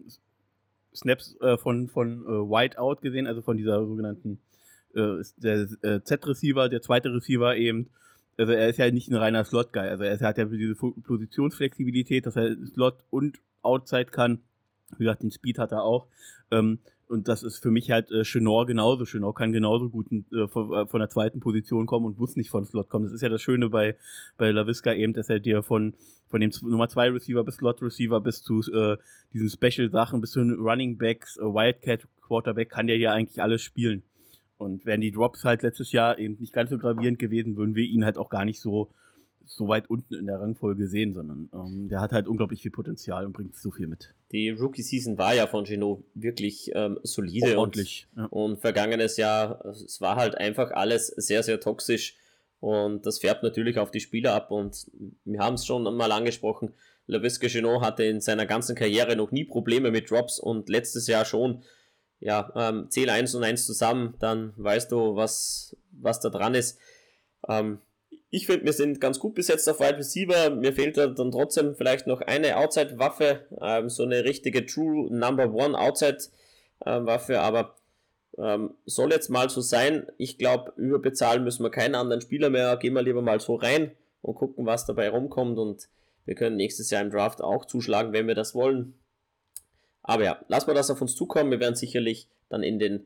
Snaps von Whiteout gesehen, also von dieser sogenannten der Z-Receiver, der zweite Receiver eben. Also er ist ja nicht ein reiner Slot-Guy, also er hat ja diese Positionsflexibilität, dass er Slot und Outside kann. Wie gesagt, den Speed hat er auch. Und das ist für mich halt Chenor genauso. Chenor kann genauso gut von der zweiten Position kommen und muss nicht von Slot kommen. Das ist ja das Schöne bei Laviska eben, dass er dir von dem Nummer 2 Receiver bis Slot Receiver bis zu diesen Special Sachen, bis zu den Running Backs, Wildcat Quarterback kann der ja eigentlich alles spielen. Und wären die Drops halt letztes Jahr eben nicht ganz so gravierend gewesen, würden wir ihn halt auch gar nicht so weit unten in der Rangfolge sehen, sondern der hat halt unglaublich viel Potenzial und bringt so viel mit. Die Rookie-Season war ja von Geno wirklich solide ordentlich. Und vergangenes Jahr, es war halt einfach alles sehr, sehr toxisch und das färbt natürlich auf die Spieler ab und wir haben es schon mal angesprochen, Laviska Shenault hatte in seiner ganzen Karriere noch nie Probleme mit Drops und letztes Jahr schon. Ja, zähl 1 und 1 zusammen, dann weißt du, was da dran ist. Ich finde, wir sind ganz gut besetzt auf Wide Receiver. Mir fehlt da dann trotzdem vielleicht noch eine Outside-Waffe, so eine richtige True Number One Outside-Waffe, aber soll jetzt mal so sein. Ich glaube, überbezahlen müssen wir keinen anderen Spieler mehr. Gehen wir lieber mal so rein und gucken, was dabei rumkommt und wir können nächstes Jahr im Draft auch zuschlagen, wenn wir das wollen. Aber ja, lassen wir das auf uns zukommen. Wir werden sicherlich dann in den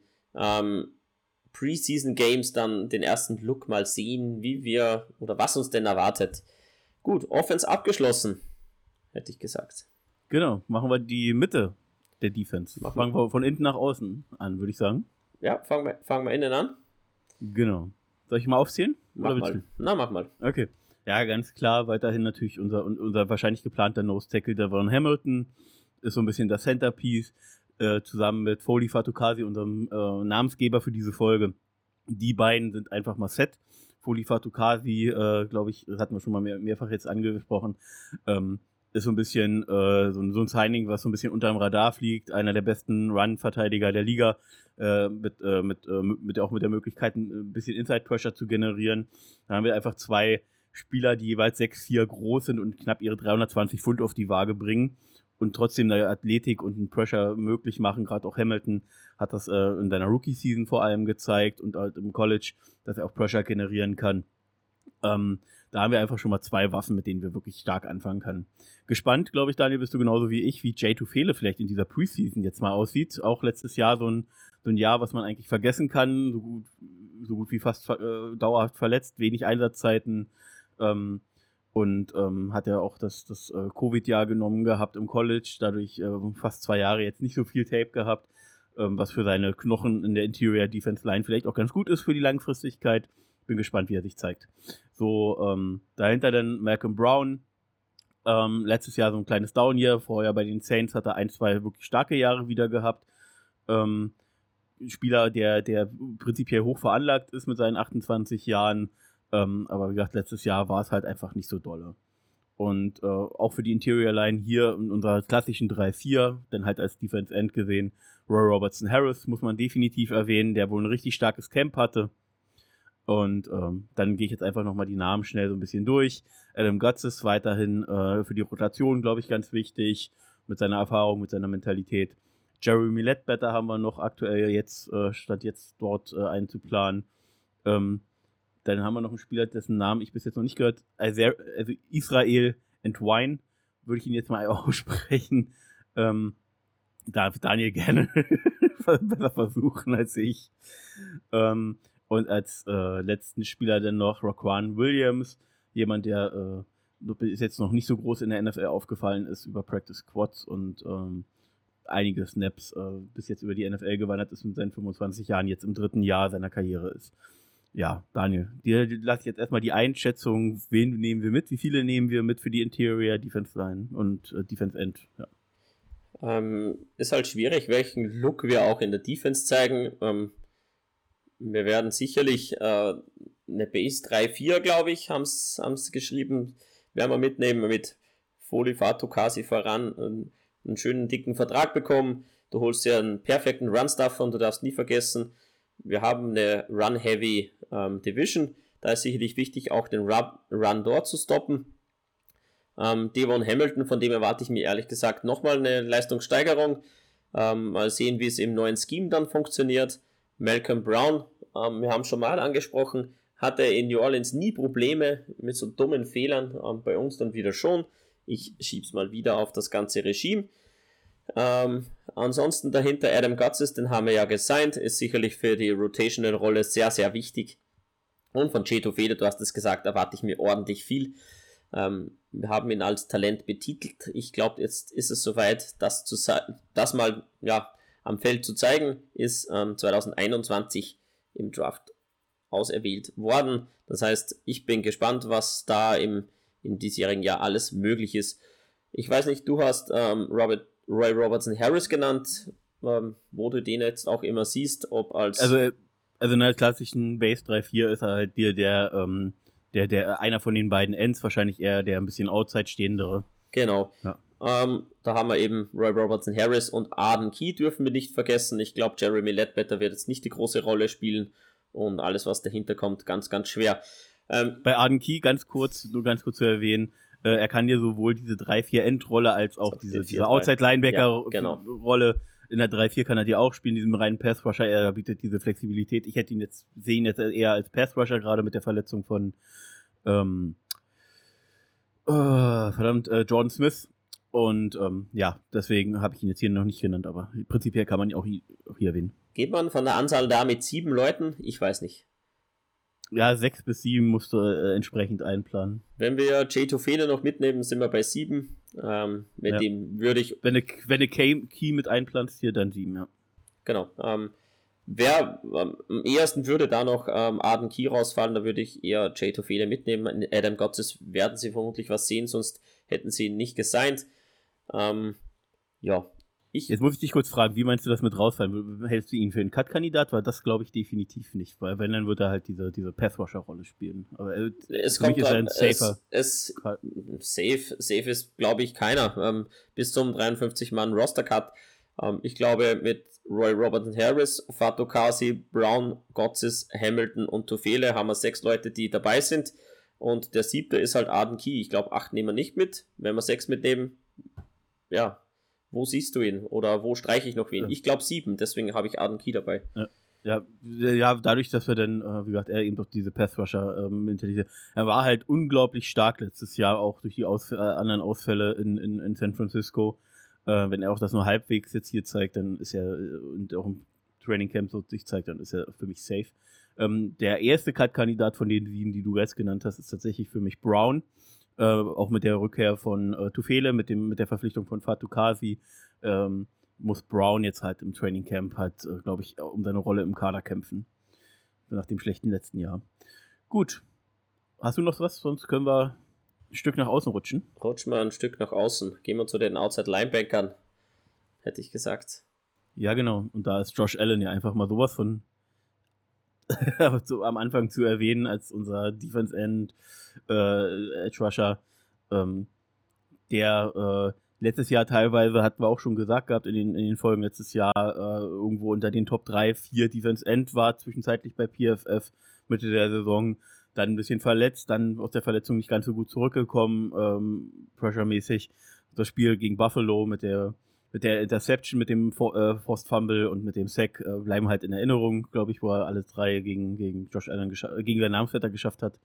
Preseason Games dann den ersten Look mal sehen, wie wir oder was uns denn erwartet. Gut, Offense abgeschlossen, hätte ich gesagt. Genau, machen wir die Mitte der Defense. Fangen wir von innen nach außen an, würde ich sagen. Ja, fangen wir innen an. Genau. Soll ich mal aufzählen? Mach mal. Na, mach mal. Okay. Ja, ganz klar, weiterhin natürlich unser wahrscheinlich geplanter Nose Tackle, Devon Hamilton, ist so ein bisschen das Centerpiece, zusammen mit Foley Fatukasi, unserem Namensgeber für diese Folge. Die beiden sind einfach mal set. Foley Fatukasi, glaube ich, das hatten wir schon mal mehrfach jetzt angesprochen, ist so ein bisschen so ein Signing, was so ein bisschen unterm Radar fliegt. Einer der besten Run-Verteidiger der Liga, auch mit der Möglichkeit, ein bisschen Inside-Pressure zu generieren. Da haben wir einfach zwei Spieler, die jeweils 6'4 groß sind und knapp ihre 320 Pfund auf die Waage bringen und trotzdem eine Athletik und einen Pressure möglich machen. Gerade auch Hamilton hat das in seiner Rookie-Season vor allem gezeigt und halt im College, dass er auch Pressure generieren kann. Da haben wir einfach schon mal zwei Waffen, mit denen wir wirklich stark anfangen können. Gespannt, glaube ich, Daniel, bist du genauso wie ich, wie Jay Tufele vielleicht in dieser Preseason jetzt mal aussieht. Auch letztes Jahr so ein Jahr, was man eigentlich vergessen kann, so gut wie fast dauerhaft verletzt, wenig Einsatzzeiten, und hat ja auch das Covid-Jahr genommen gehabt im College, dadurch fast 2 Jahre jetzt nicht so viel Tape gehabt, was für seine Knochen in der Interior Defense Line vielleicht auch ganz gut ist für die Langfristigkeit. Bin gespannt, wie er sich zeigt. So, dahinter dann Malcolm Brown, letztes Jahr so ein kleines Down-Year, vorher bei den Saints hat er 1-2 wirklich starke Jahre wieder gehabt. Spieler, der prinzipiell hoch veranlagt ist mit seinen 28 Jahren, aber wie gesagt, letztes Jahr war es halt einfach nicht so dolle. Und auch für die Interior Line hier in unserer klassischen 3-4, dann halt als Defense End gesehen, Roy Robertson Harris muss man definitiv erwähnen, der wohl ein richtig starkes Camp hatte. Und dann gehe ich jetzt einfach nochmal die Namen schnell so ein bisschen durch. Adam Götze ist weiterhin für die Rotation, glaube ich, ganz wichtig, mit seiner Erfahrung, mit seiner Mentalität. Jeremy Ledbetter haben wir noch aktuell jetzt, statt jetzt dort einzuplanen. Dann haben wir noch einen Spieler, dessen Namen ich bis jetzt noch nicht gehört, also Israel Entwine, würde ich ihn jetzt mal aussprechen. Darf Daniel gerne besser versuchen als ich. Und als letzten Spieler dann noch Raquan Williams, jemand, der ist jetzt noch nicht so groß in der NFL aufgefallen ist über Practice Squads und einige Snaps bis jetzt über die NFL gewandert ist und seit 25 Jahren jetzt im 3. Jahr seiner Karriere ist. Ja, Daniel, dir lasse ich jetzt erstmal die Einschätzung, wen nehmen wir mit, wie viele nehmen wir mit für die Interior Defense Line und Defense End. Ja. Ist halt schwierig, welchen Look wir auch in der Defense zeigen. Wir werden sicherlich eine Base 3-4, glaube ich, haben es geschrieben, werden wir mitnehmen, mit Foley Fatukasi voran, einen schönen dicken Vertrag bekommen. Du holst dir einen perfekten Run-Stuffer und du darfst nie vergessen, wir haben eine Run-Heavy Division. Da ist sicherlich wichtig, auch den Run dort zu stoppen. Devon Hamilton, von dem erwarte ich mir ehrlich gesagt nochmal eine Leistungssteigerung. Mal sehen, wie es im neuen Scheme dann funktioniert. Malcolm Brown, wir haben schon mal angesprochen, hatte in New Orleans nie Probleme mit so dummen Fehlern, bei uns dann wieder schon. Ich schieb's mal wieder auf das ganze Regime. Ansonsten dahinter Adam Gotsis, den haben wir ja gesigned, ist sicherlich für die Rotational-Rolle sehr, sehr wichtig. Und von Cheto Fede, du hast es gesagt, erwarte ich mir ordentlich viel. Wir haben ihn als Talent betitelt. Ich glaube, jetzt ist es soweit, das mal am Feld zu zeigen. Ist 2021 im Draft auserwählt worden. Das heißt, ich bin gespannt, was da im diesjährigen Jahr alles möglich ist. Ich weiß nicht, du hast Roy Robertson Harris genannt, wo du den jetzt auch immer siehst, ob als... Also in der klassischen Base 3-4 ist er halt der einer von den beiden Ends, wahrscheinlich eher der ein bisschen outside stehendere. Genau. Ja. Da haben wir eben Roy Robertson Harris und Arden Key dürfen wir nicht vergessen. Ich glaube, Jeremy Ledbetter wird jetzt nicht die große Rolle spielen und alles, was dahinter kommt, ganz, ganz schwer. Bei Arden Key, nur ganz kurz zu erwähnen, er kann dir sowohl diese 3-4-End-Rolle als auch diese Outside-Linebacker-Rolle in der 3-4 kann er dir auch spielen, diesem reinen Pass-Rusher, er bietet diese Flexibilität. Ich hätte ihn jetzt eher als Pass-Rusher, gerade mit der Verletzung von Jordan Smith. Und deswegen habe ich ihn jetzt hier noch nicht genannt, aber prinzipiell kann man ihn auch hier erwähnen. Geht man von der Anzahl da mit 7 Leuten? Ich weiß nicht. Ja, 6 bis 7 musst du entsprechend einplanen. Wenn wir Cheto Fede noch mitnehmen, sind wir bei 7. Dem würde ich... Wenn du Key mit einplanst, hier dann 7, ja. Genau. Wer am ehesten würde da noch Arden Key rausfallen, da würde ich eher Cheto Fede mitnehmen. Adam Gotsis werden sie vermutlich was sehen, sonst hätten sie ihn nicht gesigned. Jetzt muss ich dich kurz fragen, wie meinst du das mit rausfallen? Hältst du ihn für einen Cut-Kandidat? Weil das glaube ich definitiv nicht, weil wenn, dann wird er halt diese Pass-Rusher-Rolle spielen. Aber es kommt ist ein safer. Safe ist, glaube ich, keiner. Bis zum 53-Mann-Roster-Cut. Ich glaube, mit Roy Robertson Harris, Fatukasi, Brown, Gotsis, Hamilton und Tufele haben wir 6 Leute, die dabei sind. Und der 7. ist halt Arden Key. Ich glaube, 8 nehmen wir nicht mit. Wenn wir 6 mitnehmen, wo siehst du ihn? Oder wo streiche ich noch wen? Ja. Ich glaube 7, deswegen habe ich Arden Key dabei. Ja, dadurch, dass wir dann, wie gesagt, er eben doch diese Pass-Rusher-Mentalität, er war halt unglaublich stark letztes Jahr, auch durch die anderen Ausfälle in San Francisco. Wenn er auch das nur halbwegs jetzt hier zeigt, dann ist er, und auch im Training Camp so sich zeigt, dann ist er für mich safe. Der erste Cut-Kandidat von den 7, die du jetzt genannt hast, ist tatsächlich für mich Brown. Auch mit der Rückkehr von Tufele, mit der Verpflichtung von Fatukasi, muss Brown jetzt halt im Training Camp halt, glaube ich, um seine Rolle im Kader kämpfen. Nach dem schlechten letzten Jahr. Gut. Hast du noch was? Sonst können wir ein Stück nach außen rutschen. Rutschen wir ein Stück nach außen. Gehen wir zu den Outside-Linebackern, hätte ich gesagt. Ja, genau. Und da ist Josh Allen ja einfach mal sowas von am Anfang zu erwähnen als unser Defense End Edge Rusher, der letztes Jahr teilweise, hatten wir auch schon gesagt gehabt in den Folgen letztes Jahr, irgendwo unter den Top 3, 4 Defense End war, zwischenzeitlich bei PFF Mitte der Saison, dann ein bisschen verletzt, dann aus der Verletzung nicht ganz so gut zurückgekommen, pressure-mäßig. Das Spiel gegen Buffalo mit der Interception, mit dem Forced Fumble und mit dem Sack bleiben halt in Erinnerung, glaube ich, wo er alle 3 gegen Josh Allen gegen seinen Namensvetter geschafft hat.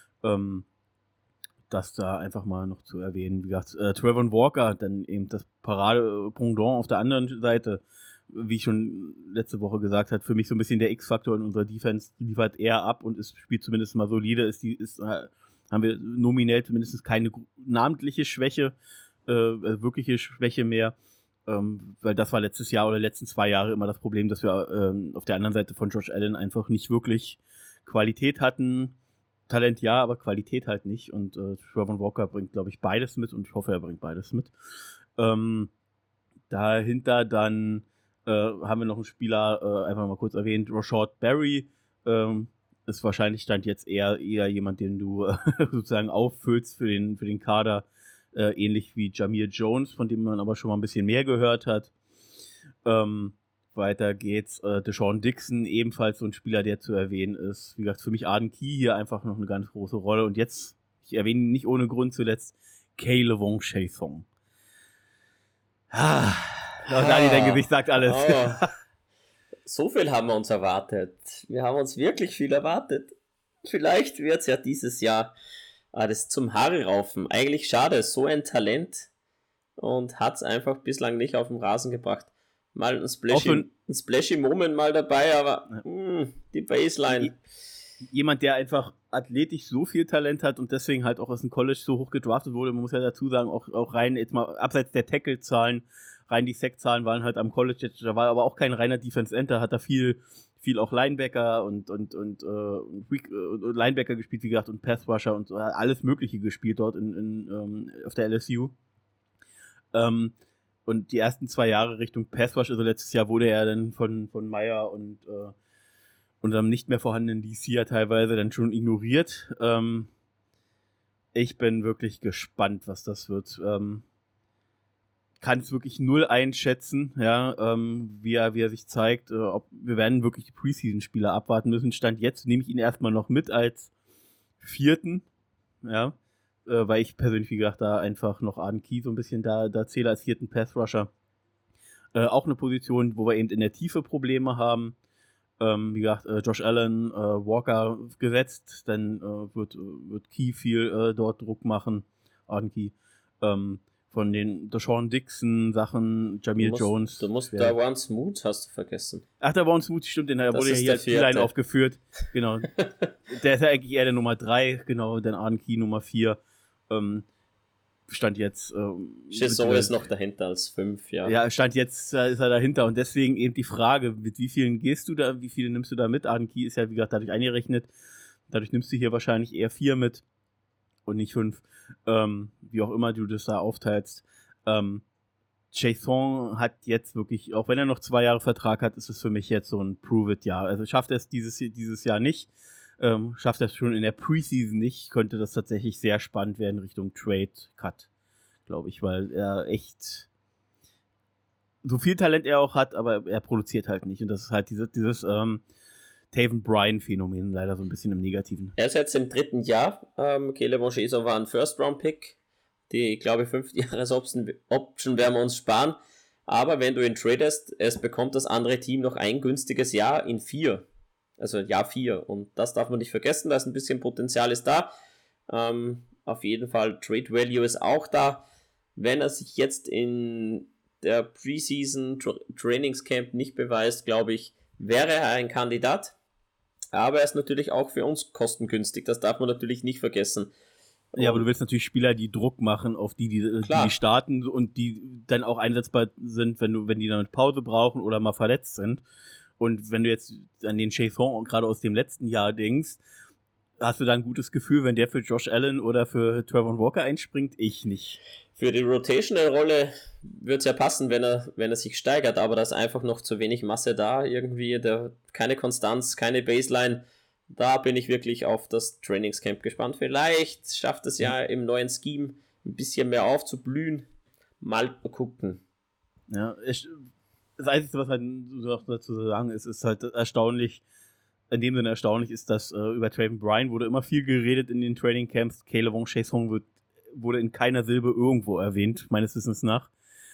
Das da einfach mal noch zu erwähnen. Wie gesagt, Trevor Walker, dann eben das Parade-Pendant auf der anderen Seite, wie ich schon letzte Woche gesagt habe, für mich so ein bisschen der X-Faktor in unserer Defense, die liefert eher ab und spielt zumindest mal solide, haben wir nominell zumindest keine namentliche Schwäche, wirkliche Schwäche mehr. Weil das war letztes Jahr oder letzten 2 Jahre immer das Problem, dass wir auf der anderen Seite von Josh Allen einfach nicht wirklich Qualität hatten. Talent ja, aber Qualität halt nicht. Und Trevor Walker bringt, glaube ich, beides mit und ich hoffe, er bringt beides mit. Dahinter dann haben wir noch einen Spieler, einfach mal kurz erwähnt, Rashad Berry. Ist wahrscheinlich Stand jetzt eher jemand, den du sozusagen auffüllst für den Kader. Ähnlich wie Jamir Jones, von dem man aber schon mal ein bisschen mehr gehört hat. Weiter geht's. Deshaun Dixon, ebenfalls so ein Spieler, der zu erwähnen ist. Wie gesagt, für mich Arden Key hier einfach noch eine ganz große Rolle. Und jetzt, ich erwähne ihn nicht ohne Grund zuletzt, K'Lavon Chaisson. Dani, dein Gesicht sagt alles. Oh. So viel haben wir uns erwartet. Wir haben uns wirklich viel erwartet. Vielleicht wird es ja dieses Jahr das zum Haare raufen. Eigentlich schade, so ein Talent und hat es einfach bislang nicht auf den Rasen gebracht. Mal ein splashy Moment mal dabei, aber die Baseline. Jemand, der einfach athletisch so viel Talent hat und deswegen halt auch aus dem College so hoch gedraftet wurde, man muss ja dazu sagen, auch rein, jetzt mal abseits der Tackle-Zahlen, rein die Sack-Zahlen waren halt am College, jetzt, da war aber auch kein reiner Defense-End, da hat er viel auch Linebacker und Linebacker gespielt, wie gesagt, und Pass-Rusher und alles Mögliche gespielt dort auf der LSU. Und die ersten 2 Jahre Richtung Pass-Rush, also letztes Jahr wurde er dann von Meyer und unserem nicht mehr vorhandenen DC ja teilweise dann schon ignoriert. Ich bin wirklich gespannt, was das wird. Kann es wirklich null einschätzen, ja, wie er sich zeigt. Wir werden wirklich die Preseason-Spieler abwarten müssen. Stand jetzt nehme ich ihn erstmal noch mit als 4., ja, weil ich persönlich, wie gesagt, da einfach noch Arden Key so ein bisschen da zähle als 4. Pass-Rusher. Auch eine Position, wo wir eben in der Tiefe Probleme haben. Wie gesagt, Josh Allen, Walker gesetzt, dann wird Key viel dort Druck machen, Arden Key. Von den Deshaun Dixon Sachen, Jamir Jones. Du musst da Warren Smoot hast du vergessen. Ach, da Warren Smoot, stimmt, den wurde ja hier als Line aufgeführt. Genau. Der ist ja eigentlich eher der Nummer 3, genau, dann Arden Key Nummer 4. Stand jetzt. Chaisson ist noch dahinter als 5, ja. Ja, Stand jetzt ist er dahinter und deswegen eben die Frage, mit wie vielen gehst du da, wie viele nimmst du da mit? Arden Key ist ja, wie gesagt, dadurch eingerechnet. Dadurch nimmst du hier wahrscheinlich eher 4 mit und nicht 5. Wie auch immer du das da aufteilst. Chaisson hat jetzt wirklich, auch wenn er noch 2 Jahre Vertrag hat, ist es für mich jetzt so ein Prove-It-Jahr. Also schafft er es dieses Jahr nicht, schafft er es schon in der Preseason nicht, könnte das tatsächlich sehr spannend werden Richtung Trade-Cut, glaube ich, weil er echt so viel Talent er auch hat, aber er produziert halt nicht und das ist halt dieses Taven Bryan-Phänomen leider so ein bisschen im Negativen. Er ist jetzt im 3. Jahr. K'Lavon Chaisson war ein First-Round-Pick. Die, glaube ich, 5 Jahres-Option werden wir uns sparen. Aber wenn du ihn tradest, es bekommt das andere Team noch ein günstiges Jahr in 4. Also Jahr 4. Und das darf man nicht vergessen, da ist ein bisschen Potenzial ist da. Auf jeden Fall Trade Value ist auch da. Wenn er sich jetzt in der Preseason Trainingscamp nicht beweist, glaube ich, wäre er ein Kandidat. Aber er ist natürlich auch für uns kostengünstig. Das darf man natürlich nicht vergessen. Ja, aber du willst natürlich Spieler, die Druck machen auf die starten und die dann auch einsetzbar sind, wenn die dann eine Pause brauchen oder mal verletzt sind. Und wenn du jetzt an den Chaisson gerade aus dem letzten Jahr denkst, hast du da ein gutes Gefühl, wenn der für Josh Allen oder für Trevor Walker einspringt? Ich nicht. Für die Rotational-Rolle wird es ja passen, wenn er sich steigert, aber da ist einfach noch zu wenig Masse da irgendwie, keine Konstanz, keine Baseline. Da bin ich wirklich auf das Trainingscamp gespannt. Vielleicht schafft es ja im neuen Scheme ein bisschen mehr aufzublühen. Mal gucken. Ja, das Einzige, was halt noch dazu zu sagen ist halt erstaunlich, in dem Sinne erstaunlich ist, dass über Taven Bryan wurde immer viel geredet in den Trainingcamps. K'Lavon Chaisson wurde in keiner Silbe irgendwo erwähnt, meines Wissens nach.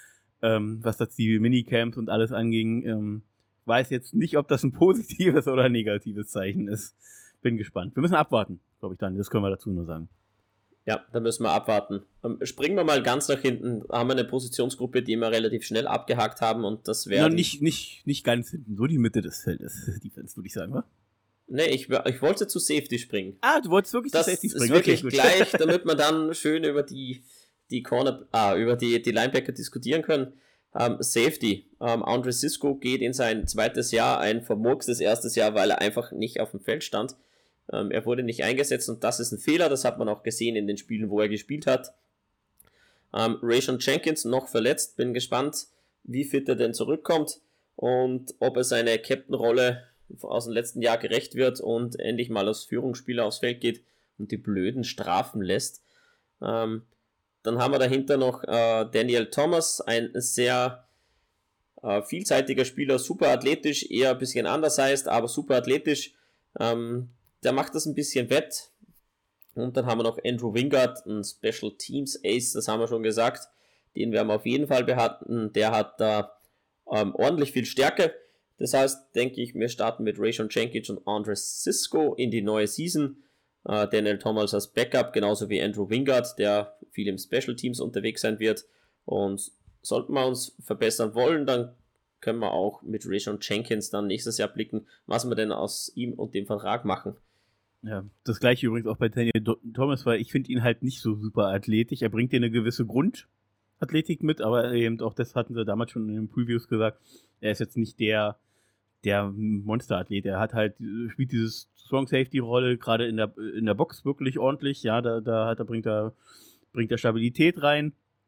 Was das die Minicamps und alles anging, weiß jetzt nicht, ob das ein positives oder ein negatives Zeichen ist. Bin gespannt. Wir müssen abwarten, glaube ich, dann. Das können wir dazu nur sagen. Ja, da müssen wir abwarten. Springen wir mal ganz nach hinten. Da haben wir eine Positionsgruppe, die wir relativ schnell abgehakt haben und das wäre... Ja, nicht ganz hinten, so die Mitte des Feldes, Defense, würde ich sagen, wa? Nee, ich wollte zu Safety springen. Ah, du wolltest wirklich zu Safety springen? Das ist wirklich gleich, damit wir dann schön über die Linebacker diskutieren können. Safety. Andre Cisco geht in sein zweites Jahr, ein vermurkstes erstes Jahr, weil er einfach nicht auf dem Feld stand. Er wurde nicht eingesetzt und das ist ein Fehler, das hat man auch gesehen in den Spielen, wo er gespielt hat. Rayshawn Jenkins noch verletzt, bin gespannt, wie fit er denn zurückkommt und ob er seine Captain-Rolle aus dem letzten Jahr gerecht wird und endlich mal als Führungsspieler aufs Feld geht und die blöden Strafen lässt. Dann haben wir dahinter noch Daniel Thomas, ein sehr vielseitiger Spieler, super athletisch, eher ein bisschen undersized, aber super athletisch. Der macht das ein bisschen wett. Und dann haben wir noch Andrew Wingard, ein Special Teams Ace, das haben wir schon gesagt. Den werden wir auf jeden Fall behalten. Der hat da ordentlich viel Stärke. Das heißt, denke ich, wir starten mit Rayshawn Jenkins und Andre Cisco in die neue Season. Daniel Thomas als Backup, genauso wie Andrew Wingard, der viel im Special Teams unterwegs sein wird. Und sollten wir uns verbessern wollen, dann können wir auch mit Rayshawn Jenkins dann nächstes Jahr blicken, was wir denn aus ihm und dem Vertrag machen. Ja, das gleiche übrigens auch bei Daniel Thomas, weil ich finde ihn halt nicht so super athletisch. Er bringt dir eine gewisse Grundathletik mit, aber eben auch das hatten wir damals schon in den Previews gesagt. Er ist jetzt nicht der Monsterathlet. Er hat halt, spielt dieses Strong Safety Rolle gerade in der Box wirklich ordentlich. Ja, bringt er Stabilität rein.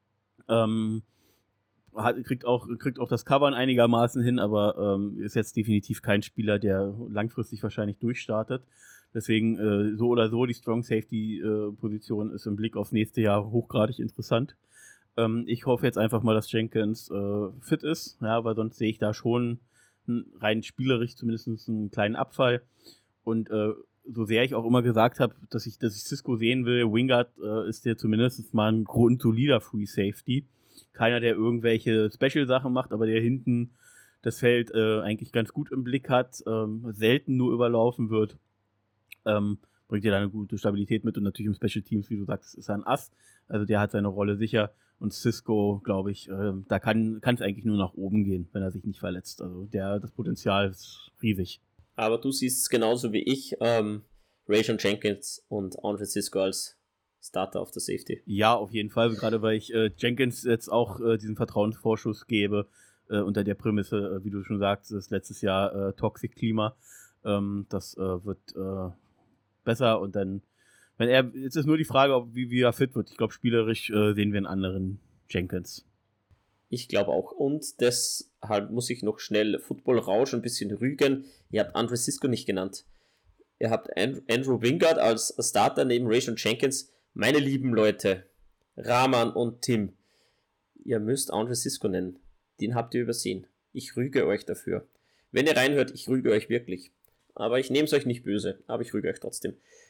Kriegt auch das Covern einigermaßen hin, aber ist jetzt definitiv kein Spieler, der langfristig wahrscheinlich durchstartet. Deswegen so oder so, die Strong Safety Position ist im Blick aufs nächste Jahr hochgradig interessant. Ich hoffe jetzt einfach mal, dass Jenkins fit ist, ja, weil sonst sehe ich da schon rein spielerisch zumindest einen kleinen Abfall. Und so sehr ich auch immer gesagt habe, dass ich Cisco sehen will, Wingard ist ja zumindest mal ein grundsolider Free Safety. Keiner, der irgendwelche Special-Sachen macht, aber der hinten das Feld eigentlich ganz gut im Blick hat, selten nur überlaufen wird. Bringt ja da eine gute Stabilität mit und natürlich im Special Teams, wie du sagst, ist er ein Ass. Also der hat seine Rolle sicher. Und Cisco, glaube ich, da kann es eigentlich nur nach oben gehen, wenn er sich nicht verletzt. Also das Potenzial ist riesig. Aber du siehst es genauso wie ich, Rayshawn Jenkins und Andre Cisco als Starter auf der Safety. Ja, auf jeden Fall, gerade weil ich Jenkins jetzt auch diesen Vertrauensvorschuss gebe, unter der Prämisse, wie du schon sagst, das letztes Jahr Toxic Klima. Das wird besser und dann, jetzt ist nur die Frage, wie er fit wird. Ich glaube, spielerisch sehen wir einen anderen Jenkins. Ich glaube auch. Und deshalb muss ich noch schnell Football Rausch ein bisschen rügen. Ihr habt Andre Cisco nicht genannt. Ihr habt Andrew Wingard als Starter neben Rayshawn Jenkins. Meine lieben Leute, Rahman und Tim, ihr müsst Andre Cisco nennen. Den habt ihr übersehen. Ich rüge euch dafür. Wenn ihr reinhört, ich rüge euch wirklich. Aber ich nehme es euch nicht böse, aber ich rüge euch trotzdem.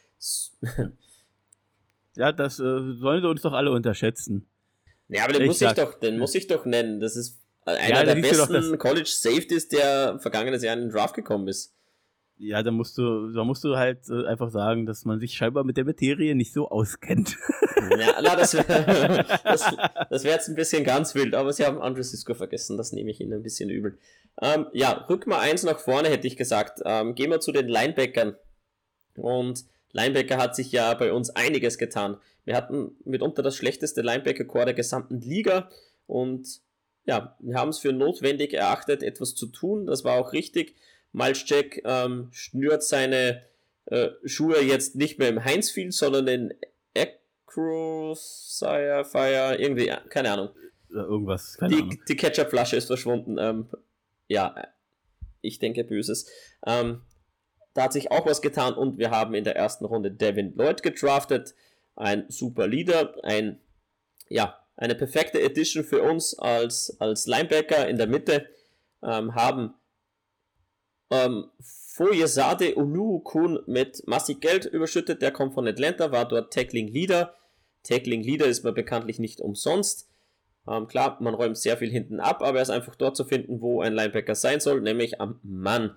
Ja, das sollen sie uns doch alle unterschätzen. Ja, aber den muss ich doch nennen. Das ist einer der besten College Safeties, der vergangenes Jahr in den Draft gekommen ist. Ja, da musst du halt einfach sagen, dass man sich scheinbar mit der Materie nicht so auskennt. Ja, das wäre jetzt ein bisschen ganz wild, aber sie haben Andre Cisco vergessen, das nehme ich ihnen ein bisschen übel. Rück mal eins nach vorne, hätte ich gesagt. Gehen wir zu den Linebackern. Und Linebacker hat sich ja bei uns einiges getan. Wir hatten mitunter das schlechteste Linebacker-Core der gesamten Liga und ja, wir haben es für notwendig erachtet, etwas zu tun. Das war auch richtig. Malczek schnürt seine Schuhe jetzt nicht mehr im Heinz Field, sondern in Fire, irgendwie, keine Ahnung. Irgendwas, keine Ahnung. Die Ketchup-Flasche ist verschwunden. Ich denke Böses. Da hat sich auch was getan und wir haben in der ersten Runde Devin Lloyd gedraftet. Ein super Leader, eine perfekte Edition für uns als Linebacker in der Mitte. Haben Foyesade Oluokun mit massig Geld überschüttet, der kommt von Atlanta, war dort Tackling Leader. Tackling Leader ist man bekanntlich nicht umsonst. Klar, man räumt sehr viel hinten ab, aber er ist einfach dort zu finden, wo ein Linebacker sein soll, nämlich am Mann.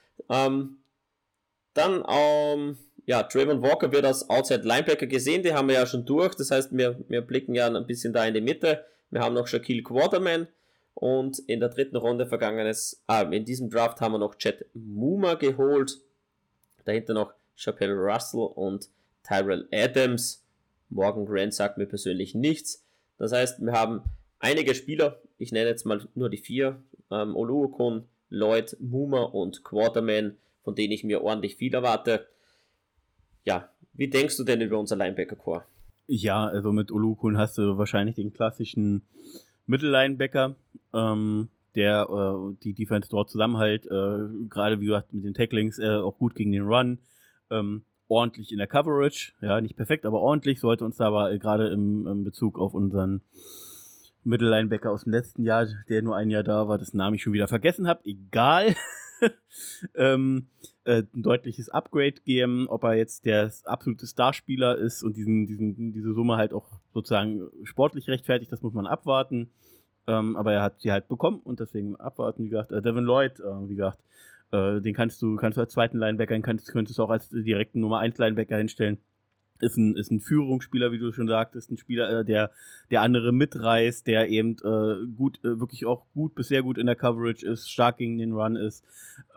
Trayvon Walker wird als Outside Linebacker gesehen, die haben wir ja schon durch, das heißt, wir blicken ja ein bisschen da in die Mitte. Wir haben noch Shaquille Quarterman und in der dritten Runde in diesem Draft haben wir noch Chet Muma geholt, dahinter noch Chappelle Russell und Tyrell Adams. Morgan Grant sagt mir persönlich nichts. Das heißt, wir haben einige Spieler, ich nenne jetzt mal nur die 4, Oluokun, Lloyd, Muma und Quarterman, von denen ich mir ordentlich viel erwarte. Ja, wie denkst du denn über unser Linebacker-Core? Ja, also mit Oluokun hast du wahrscheinlich den klassischen Mittellinebacker, der die Defense dort zusammenhält, gerade wie gesagt mit den Tacklings, auch gut gegen den Run, ordentlich in der Coverage, ja, nicht perfekt, aber ordentlich, sollte uns da aber gerade im Bezug auf unseren Mittellinebacker aus dem letzten Jahr, der nur ein Jahr da war, dessen Namen ich schon wieder vergessen habe, egal, ein deutliches Upgrade geben, ob er jetzt der absolute Starspieler ist und diese Summe halt auch sozusagen sportlich rechtfertigt, das muss man abwarten. Aber er hat sie halt bekommen und deswegen abwarten, wie gesagt. Devin Lloyd, wie gesagt, den kannst du als zweiten Linebacker, könntest du auch als direkten Nummer 1 Linebacker hinstellen. Ist ein Führungsspieler, wie du schon sagtest, ein Spieler, der andere mitreißt, der eben wirklich auch gut bis sehr gut in der Coverage ist, stark gegen den Run ist,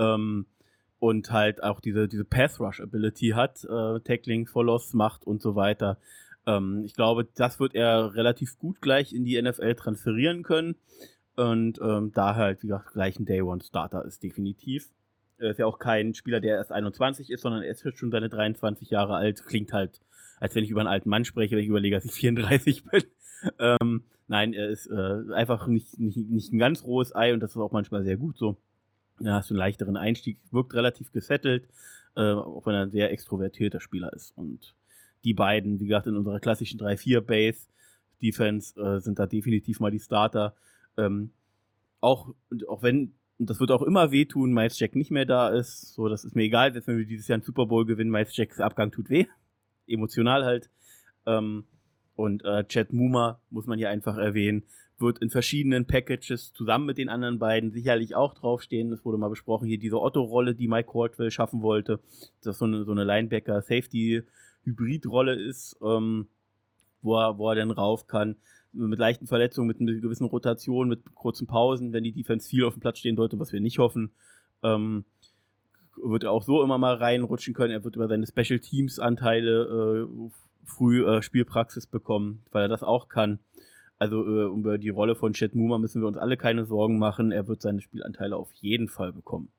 und halt auch diese Pass-Rush-Ability hat, Tackling for Loss macht und so weiter. Ich glaube, das wird er relativ gut gleich in die NFL transferieren können und da halt, wie gesagt, gleich ein Day-One-Starter ist definitiv. Er ist ja auch kein Spieler, der erst 21 ist, sondern er ist schon seine 23 Jahre alt. Klingt halt, als wenn ich über einen alten Mann spreche, wenn ich überlege, dass ich 34 bin. Nein, er ist einfach nicht ein ganz rohes Ei und das ist auch manchmal sehr gut so. Da hast du einen leichteren Einstieg, wirkt relativ gesettelt, auch wenn er ein sehr extrovertierter Spieler ist. Und die beiden, wie gesagt, in unserer klassischen 3-4-Base-Defense sind da definitiv mal die Starter. Auch wenn, und das wird auch immer wehtun, Miles Jack nicht mehr da ist, so, das ist mir egal, selbst wenn wir dieses Jahr einen Super Bowl gewinnen, Miles Jacks Abgang tut weh, emotional halt. Und Chad Muma, muss man hier einfach erwähnen, wird in verschiedenen Packages zusammen mit den anderen beiden sicherlich auch draufstehen. Das wurde mal besprochen, hier diese Otto-Rolle, die Mike Caldwell schaffen wollte, dass so eine Linebacker-Safety-Hybrid-Rolle ist, wo er dann rauf kann, mit leichten Verletzungen, mit einer gewissen Rotation, mit kurzen Pausen, wenn die Defense viel auf dem Platz stehen sollte, was wir nicht hoffen, wird er auch so immer mal reinrutschen können. Er wird über seine Special-Teams-Anteile früh Spielpraxis bekommen, weil er das auch kann. Also über die Rolle von Chad Muma müssen wir uns alle keine Sorgen machen. Er wird seine Spielanteile auf jeden Fall bekommen.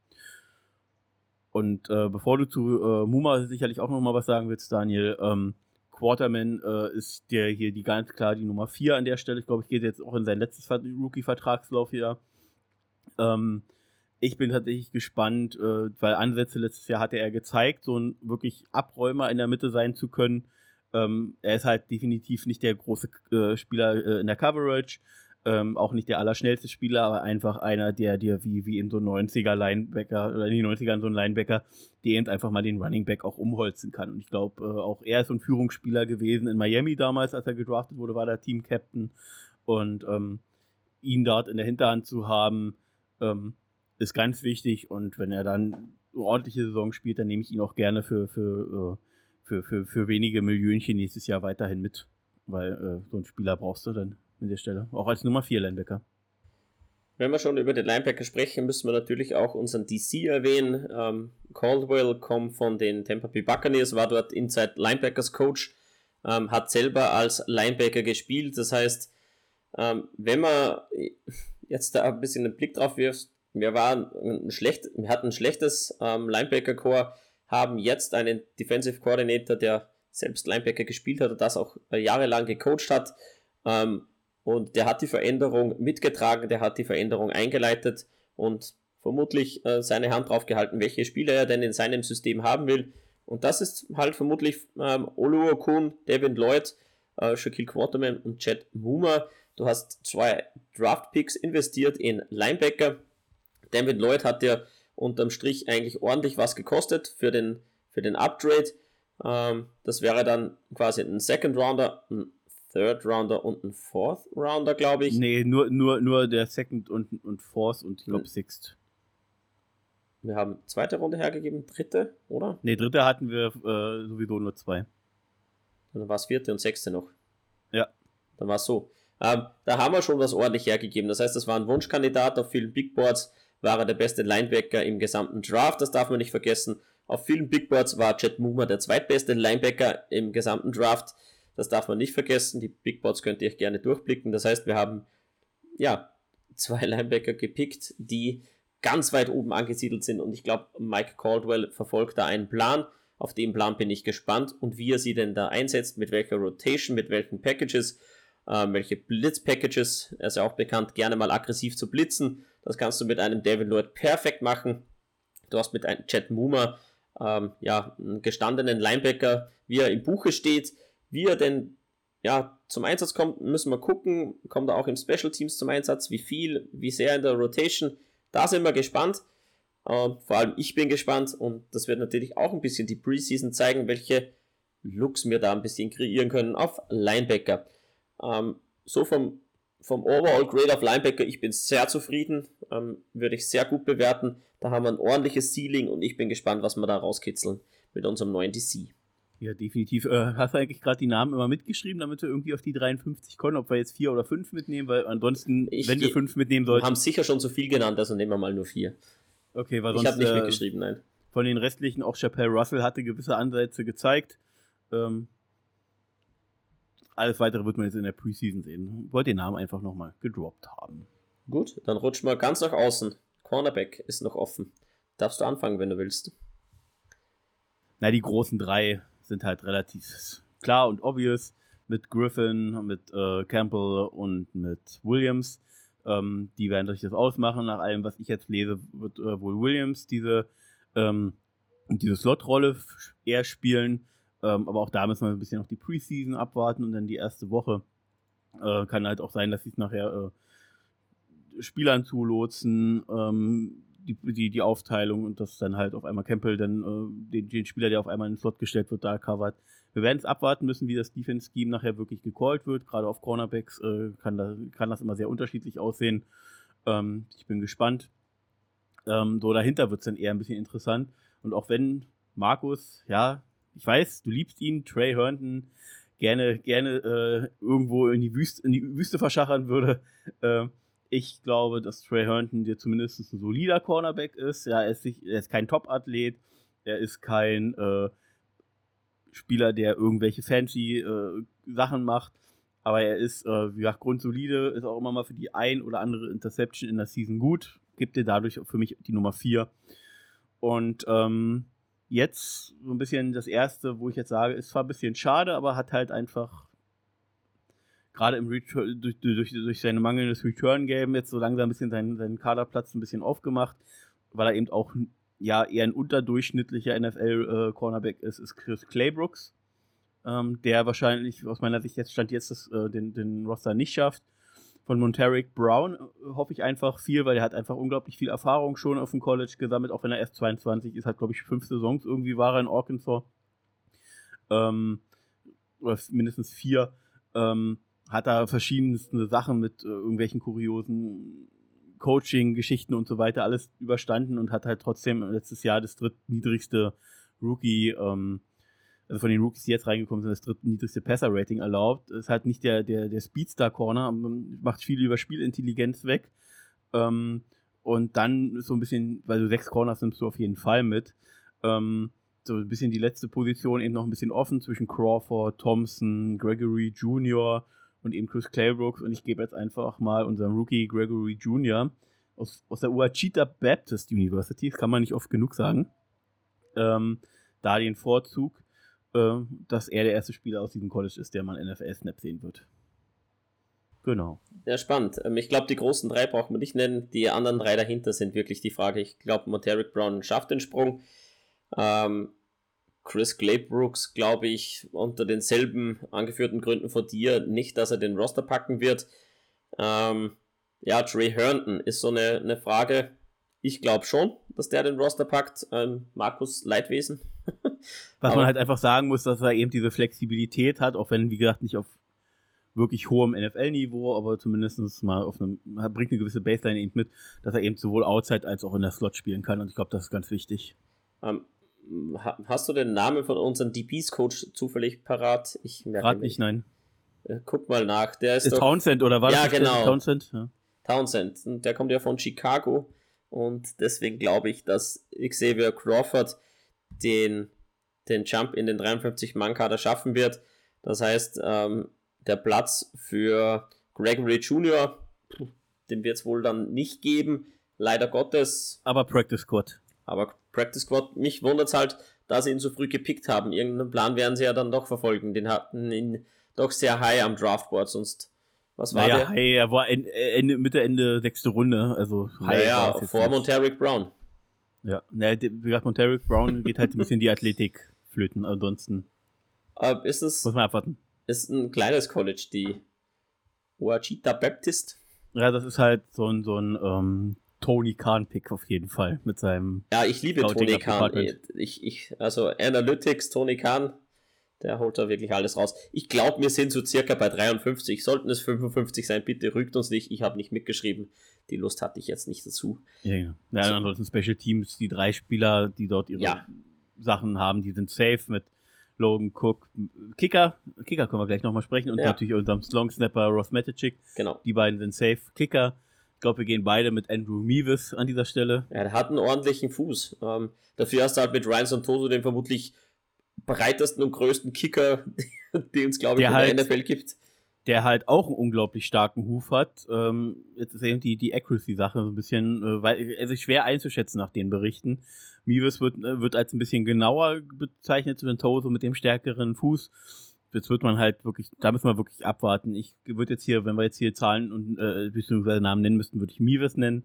Und bevor du zu Muma sicherlich auch noch mal was sagen willst, Daniel, Quarterman ist der hier ganz klar die Nummer 4 an der Stelle. Ich glaube, ich gehe jetzt auch in sein letztes Rookie-Vertragslauf hier. Ich bin tatsächlich gespannt, weil Ansätze letztes Jahr hatte er gezeigt, so ein wirklich Abräumer in der Mitte sein zu können. Er ist halt definitiv nicht der große Spieler in der Coverage, auch nicht der allerschnellste Spieler, aber einfach einer, der dir wie in so 90er Linebacker oder in den 90ern so ein Linebacker, der eben einfach mal den Running Back auch umholzen kann. Und ich glaube, auch er ist so ein Führungsspieler gewesen in Miami damals, als er gedraftet wurde, war der Team-Captain. Und ihn dort in der Hinterhand zu haben, ist ganz wichtig. Und wenn er dann eine ordentliche Saison spielt, dann nehme ich ihn auch gerne für wenige Millionchen nächstes Jahr weiterhin mit, weil so einen Spieler brauchst du dann an der Stelle, auch als Nummer 4 Linebacker. Wenn wir schon über den Linebacker sprechen, müssen wir natürlich auch unseren DC erwähnen. Caldwell kommt von den Tampa Bay Buccaneers, war dort Inside Linebackers Coach, hat selber als Linebacker gespielt. Das heißt, wenn man jetzt da ein bisschen einen Blick drauf wirft, wir hatten ein schlechtes Linebacker-Core, haben jetzt einen Defensive Coordinator, der selbst Linebacker gespielt hat und das auch jahrelang gecoacht hat. Und der hat die Veränderung mitgetragen, der hat die Veränderung eingeleitet und vermutlich seine Hand drauf gehalten, welche Spieler er denn in seinem System haben will. Und das ist halt vermutlich Oluokun, Devin Lloyd, Shaquille Quarterman und Chad Muma. Du hast 2 Draft-Picks investiert in Linebacker. Devin Lloyd hat dir unterm Strich eigentlich ordentlich was gekostet für den Upgrade. Das wäre dann quasi ein Second Rounder, ein Third Rounder und ein Fourth Rounder, glaube ich. Nee, nur der Second und Fourth und ich glaube Sixth. Wir haben zweite Runde hergegeben, dritte, oder? Nee, dritte hatten wir sowieso nur 2. Dann war es vierte und sechste noch. Ja. Dann war es so. Da haben wir schon was ordentlich hergegeben. Das heißt, das war ein Wunschkandidat. Auf vielen Big Boards war er der beste Linebacker im gesamten Draft. Das darf man nicht vergessen. Auf vielen Big Boards war Chad Muma der zweitbeste Linebacker im gesamten Draft. Das darf man nicht vergessen. Die Big Boards könnt ihr gerne durchblicken. Das heißt, wir haben ja, 2 Linebacker gepickt, die ganz weit oben angesiedelt sind und ich glaube, Mike Caldwell verfolgt da einen Plan. Auf den Plan bin ich gespannt und wie er sie denn da einsetzt, mit welcher Rotation, mit welchen Packages, welche Blitz-Packages. Er ist ja auch bekannt, gerne mal aggressiv zu blitzen. Das kannst du mit einem Devin Lloyd perfekt machen. Du hast mit einem Chad Muma einen gestandenen Linebacker, wie er im Buche steht, wie er denn zum Einsatz kommt, müssen wir gucken. Kommt er auch im Special Teams zum Einsatz? Wie viel, wie sehr in der Rotation? Da sind wir gespannt. Vor allem ich bin gespannt und das wird natürlich auch ein bisschen die Preseason zeigen, welche Looks wir da ein bisschen kreieren können auf Linebacker. So vom Overall Grade auf Linebacker, ich bin sehr zufrieden, würde ich sehr gut bewerten. Da haben wir ein ordentliches Ceiling und ich bin gespannt, was wir da rauskitzeln mit unserem neuen DC. Ja, definitiv. Hast du eigentlich gerade die Namen immer mitgeschrieben, damit wir irgendwie auf die 53 kommen, ob wir jetzt 4 oder 5 mitnehmen, weil ansonsten, wenn wir 5 mitnehmen sollten... Wir haben sicher schon zu viel genannt, also nehmen wir mal nur 4. Okay, weil sonst... Ich habe nicht mitgeschrieben, nein. Von den restlichen, auch Chappelle Russell hatte gewisse Ansätze gezeigt. Alles Weitere wird man jetzt in der Preseason sehen. Ich wollte den Namen einfach nochmal gedroppt haben. Gut, dann rutschen wir ganz nach außen. Cornerback ist noch offen. Darfst du anfangen, wenn du willst. Na, die großen 3 sind halt relativ klar und obvious. Mit Griffin, mit Campbell und mit Williams. Die werden sich das ausmachen. Nach allem, was ich jetzt lese, wird wohl Williams diese Slot-Rolle eher spielen. Aber auch da müssen wir ein bisschen noch die Preseason abwarten und dann die erste Woche. Kann halt auch sein, dass sie es nachher Spielern zulotsen, die Aufteilung und dass dann halt auf einmal Campbell dann den Spieler, der auf einmal in den Slot gestellt wird, da covert. Wir werden es abwarten müssen, wie das Defense-Scheme nachher wirklich gecallt wird. Gerade auf Cornerbacks kann das immer sehr unterschiedlich aussehen. Ich bin gespannt. So dahinter wird es dann eher ein bisschen interessant. Und auch wenn Markus, ja, ich weiß, du liebst ihn, Trey Herndon, gerne irgendwo in die Wüste verschachern würde. Ich glaube, dass Trey Herndon dir zumindest ein solider Cornerback ist. Ja, er ist kein Top-Athlet. Er ist kein Spieler, der irgendwelche fancy Sachen macht. Aber er ist, wie gesagt, grundsolide, ist auch immer mal für die ein oder andere Interception in der Season gut. Gibt dir dadurch für mich die Nummer 4. Und jetzt so ein bisschen das Erste, wo ich jetzt sage, ist zwar ein bisschen schade, aber hat halt einfach gerade im durch seine mangelndes Return-Game jetzt so langsam ein bisschen seinen Kaderplatz ein bisschen aufgemacht, weil er eben auch eher ein unterdurchschnittlicher NFL-Cornerback ist Chris Claybrooks, der wahrscheinlich aus meiner Sicht den Roster nicht schafft. Von Montaric Brown hoffe ich einfach viel, weil er hat einfach unglaublich viel Erfahrung schon auf dem College gesammelt, auch wenn er erst 22 ist, hat glaube ich 5 Saisons irgendwie war er in Arkansas. Oder mindestens 4. Hat da verschiedenste Sachen mit irgendwelchen kuriosen Coaching-Geschichten und so weiter alles überstanden und hat halt trotzdem letztes Jahr das drittniedrigste Rookie, also von den Rookies, die jetzt reingekommen sind, das drittniedrigste Passer-Rating erlaubt. Ist halt nicht der Speedstar-Corner, macht viel über Spielintelligenz weg. Und dann so ein bisschen, weil du 6 Corners nimmst du auf jeden Fall mit, so ein bisschen die letzte Position eben noch ein bisschen offen zwischen Crawford, Thompson, Gregory Jr. und eben Chris Claybrooks. Und ich gebe jetzt einfach mal unserem Rookie Gregory Jr. aus der Ouachita Baptist University, das kann man nicht oft genug sagen, da den Vorzug, dass er der erste Spieler aus diesem College ist, der mal NFL-Snap sehen wird. Genau. Ja, spannend. Ich glaube, die großen 3 brauchen wir nicht nennen. Die anderen 3 dahinter sind wirklich die Frage. Ich glaube, Montaric Brown schafft den Sprung. Chris Claybrooks, glaube ich, unter denselben angeführten Gründen von dir nicht, dass er den Roster packen wird. Trey Herndon ist so eine Frage. Ich glaube schon, dass der den Roster packt. Markus Leidwesen. Was man halt einfach sagen muss, dass er eben diese Flexibilität hat, auch wenn, wie gesagt, nicht auf wirklich hohem NFL-Niveau, aber zumindest mal bringt eine gewisse Baseline eben mit, dass er eben sowohl Outside als auch in der Slot spielen kann und ich glaube, das ist ganz wichtig. Hast du den Namen von unserem DBs-Coach zufällig parat? Ich merke gerade nicht, nein. Guck mal nach. Der ist Townsend oder was? Ja, genau. Townsend, ja. Townsend. Der kommt ja von Chicago und deswegen glaube ich, dass Xavier Crawford den Jump in den 53-Mann-Kader schaffen wird. Das heißt, der Platz für Gregory Jr., den wird es wohl dann nicht geben, leider Gottes. Aber Practice Squad. Mich wundert es halt, dass sie ihn so früh gepickt haben. Irgendeinen Plan werden sie ja dann doch verfolgen. Den hatten ihn doch sehr high am Draftboard, sonst was war der? High, er war Mitte, Ende 6. Runde, also high. Naja, vor Montaric Brown. Ja, wie gesagt, Montaric Brown geht halt ein bisschen die Athletik flöten, ansonsten muss man abwarten. Ist ein kleines College, die Ouachita Baptist. Ja, das ist halt so ein Tony Khan-Pick auf jeden Fall mit seinem. Ja, ich liebe Tony Khan. Also Analytics, Tony Khan, der holt da wirklich alles raus. Ich glaube, wir sind so circa bei 53. Sollten es 55 sein, bitte rügt uns nicht. Ich habe nicht mitgeschrieben. Die Lust hatte ich jetzt nicht dazu. Ja, ansonsten Special Teams, die 3 Spieler, die dort ihre Sachen haben, die sind safe mit Logan Cook, Kicker können wir gleich nochmal sprechen und natürlich unserem Long Snapper Ross Maticic. Genau. Die beiden sind safe. Kicker, ich glaube, wir gehen beide mit Andrew Mevis an dieser Stelle. Ja, der hat einen ordentlichen Fuß. Dafür hast du halt mit Ryan Santoso den vermutlich breitesten und größten Kicker, den es, glaube ich, in der NFL gibt. Der halt auch einen unglaublich starken Huf hat. Jetzt ist eben die Accuracy-Sache so ein bisschen, weil es ist schwer einzuschätzen nach den Berichten. Mevis wird als ein bisschen genauer bezeichnet, Santoso mit dem stärkeren Fuß. Jetzt wird man halt wirklich, da müssen wir wirklich abwarten. Ich würde jetzt hier, wenn wir jetzt hier Zahlen und beziehungsweise Namen nennen müssten, würde ich Mevis nennen.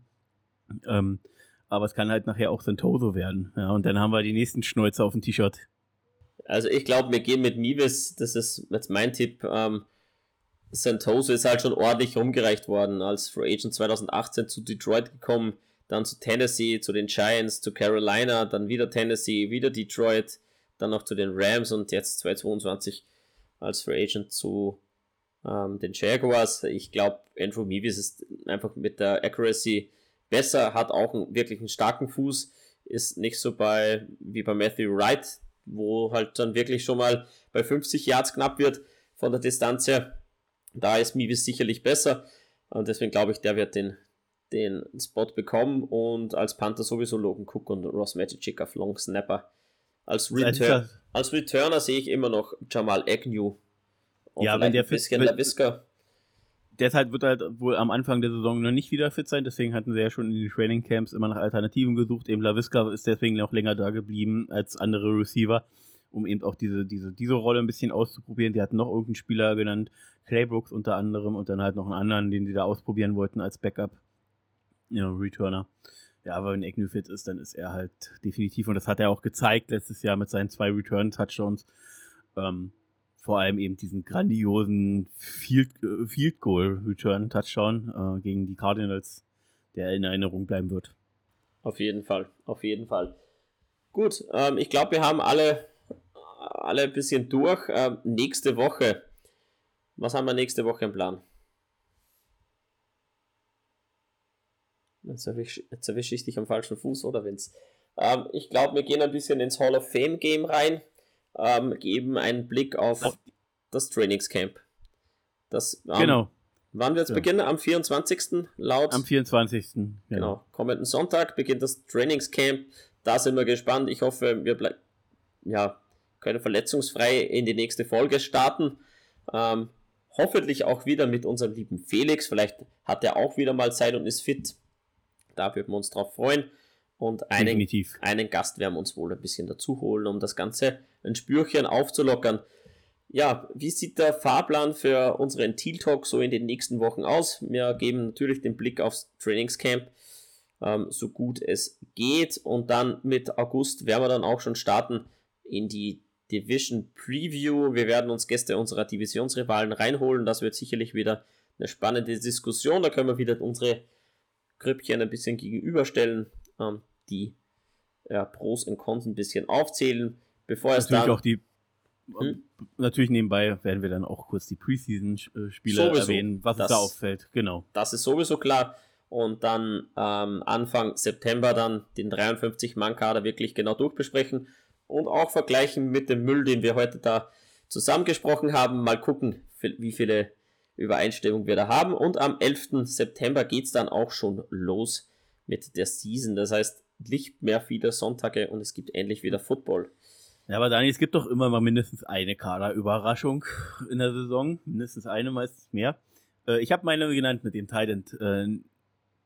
Aber es kann halt nachher auch Santoso werden. Ja, und dann haben wir die nächsten Schnäuze auf dem T-Shirt. Also ich glaube, wir gehen mit Mevis, das ist jetzt mein Tipp. Santoso ist halt schon ordentlich rumgereicht worden, als Free Agent 2018 zu Detroit gekommen, dann zu Tennessee, zu den Giants, zu Carolina, dann wieder Tennessee, wieder Detroit, dann noch zu den Rams und jetzt 2022 als Free Agent zu den Jaguars. Ich glaube, Andrew Mevis ist einfach mit der Accuracy besser, hat auch wirklich einen starken Fuß, ist nicht so wie bei Matthew Wright, wo halt dann wirklich schon mal bei 50 Yards knapp wird von der Distanz her. Da ist Mevis sicherlich besser und deswegen glaube ich, der wird den Spot bekommen und als Panther sowieso Logan Cook und Ross Maticic auf Long Snapper. Als Returner sehe ich immer noch Jamal Agnew. Und ja, wenn der LaVisca. Deshalb wird halt wohl am Anfang der Saison noch nicht wieder fit sein, deswegen hatten sie ja schon in den Training Camps immer nach Alternativen gesucht. Eben LaVisca ist deswegen noch länger da geblieben als andere Receiver, um eben auch diese Rolle ein bisschen auszuprobieren. Die hatten noch irgendeinen Spieler genannt, Claybrooks unter anderem und dann halt noch einen anderen, den die da ausprobieren wollten als Backup. Ja, Returner. Ja, aber wenn Agnew fit ist, dann ist er halt definitiv, und das hat er auch gezeigt letztes Jahr mit seinen 2 Return-Touchdowns, vor allem eben diesen grandiosen Field Goal Return Touchdown gegen die Cardinals, der in Erinnerung bleiben wird. Auf jeden Fall. Gut, ich glaube, wir haben alle ein bisschen durch. Nächste Woche. Was haben wir nächste Woche im Plan? Jetzt erwische ich dich am falschen Fuß, oder Vince? Ich glaube, wir gehen ein bisschen ins Hall of Fame Game rein. Geben einen Blick auf das Trainingscamp. Genau. Wann wird es beginnen? Am 24. Am 24. Genau. Kommenden Sonntag beginnt das Trainingscamp. Da sind wir gespannt. Ich hoffe, wir können verletzungsfrei in die nächste Folge starten. Hoffentlich auch wieder mit unserem lieben Felix. Vielleicht hat er auch wieder mal Zeit und ist fit. Da würden wir uns drauf freuen. Und einen Gast werden wir uns wohl ein bisschen dazu holen, um das Ganze ein Spürchen aufzulockern. Ja, wie sieht der Fahrplan für unseren Teal Talk so in den nächsten Wochen aus? Wir geben natürlich den Blick aufs Trainingscamp, so gut es geht. Und dann mit August werden wir dann auch schon starten in die Division Preview. Wir werden uns Gäste unserer Divisionsrivalen reinholen. Das wird sicherlich wieder eine spannende Diskussion. Da können wir wieder unsere Grüppchen ein bisschen gegenüberstellen, die Pros und Cons ein bisschen aufzählen, bevor es dann... Natürlich nebenbei werden wir dann auch kurz die Preseason-Spiele erwähnen, was es da auffällt. Genau. Das ist sowieso klar. Und dann Anfang September dann den 53-Mann-Kader wirklich genau durchbesprechen und auch vergleichen mit dem Müll, den wir heute da zusammengesprochen haben. Mal gucken, wie viele Übereinstimmungen wir da haben. Und am 11. September geht es dann auch schon los mit der Season. Das heißt, nicht mehr viele Sonntage und es gibt endlich wieder Football. Ja, aber Dani, es gibt doch immer mal mindestens eine Kaderüberraschung in der Saison. Mindestens eine, meistens mehr. Ich habe meine genannt mit dem Tight End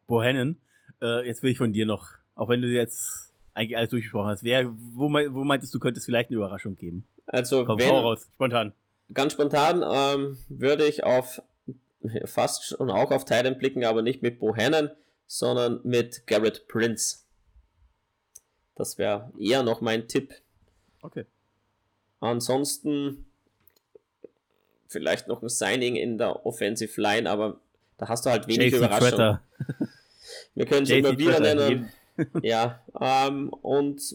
Bohannon. Jetzt will ich von dir noch, auch wenn du jetzt eigentlich alles durchgesprochen hast, wo meintest du, könnte es vielleicht eine Überraschung geben? Also Komm, hau raus, spontan. Ganz spontan würde ich fast schon auch auf Tight End blicken, aber nicht mit Bohannon, sondern mit Garrett Prince. Das wäre eher noch mein Tipp. Okay. Ansonsten vielleicht noch ein Signing in der Offensive Line, aber da hast du halt wenig Überraschung. Wir können es immer wieder nennen. Ja, und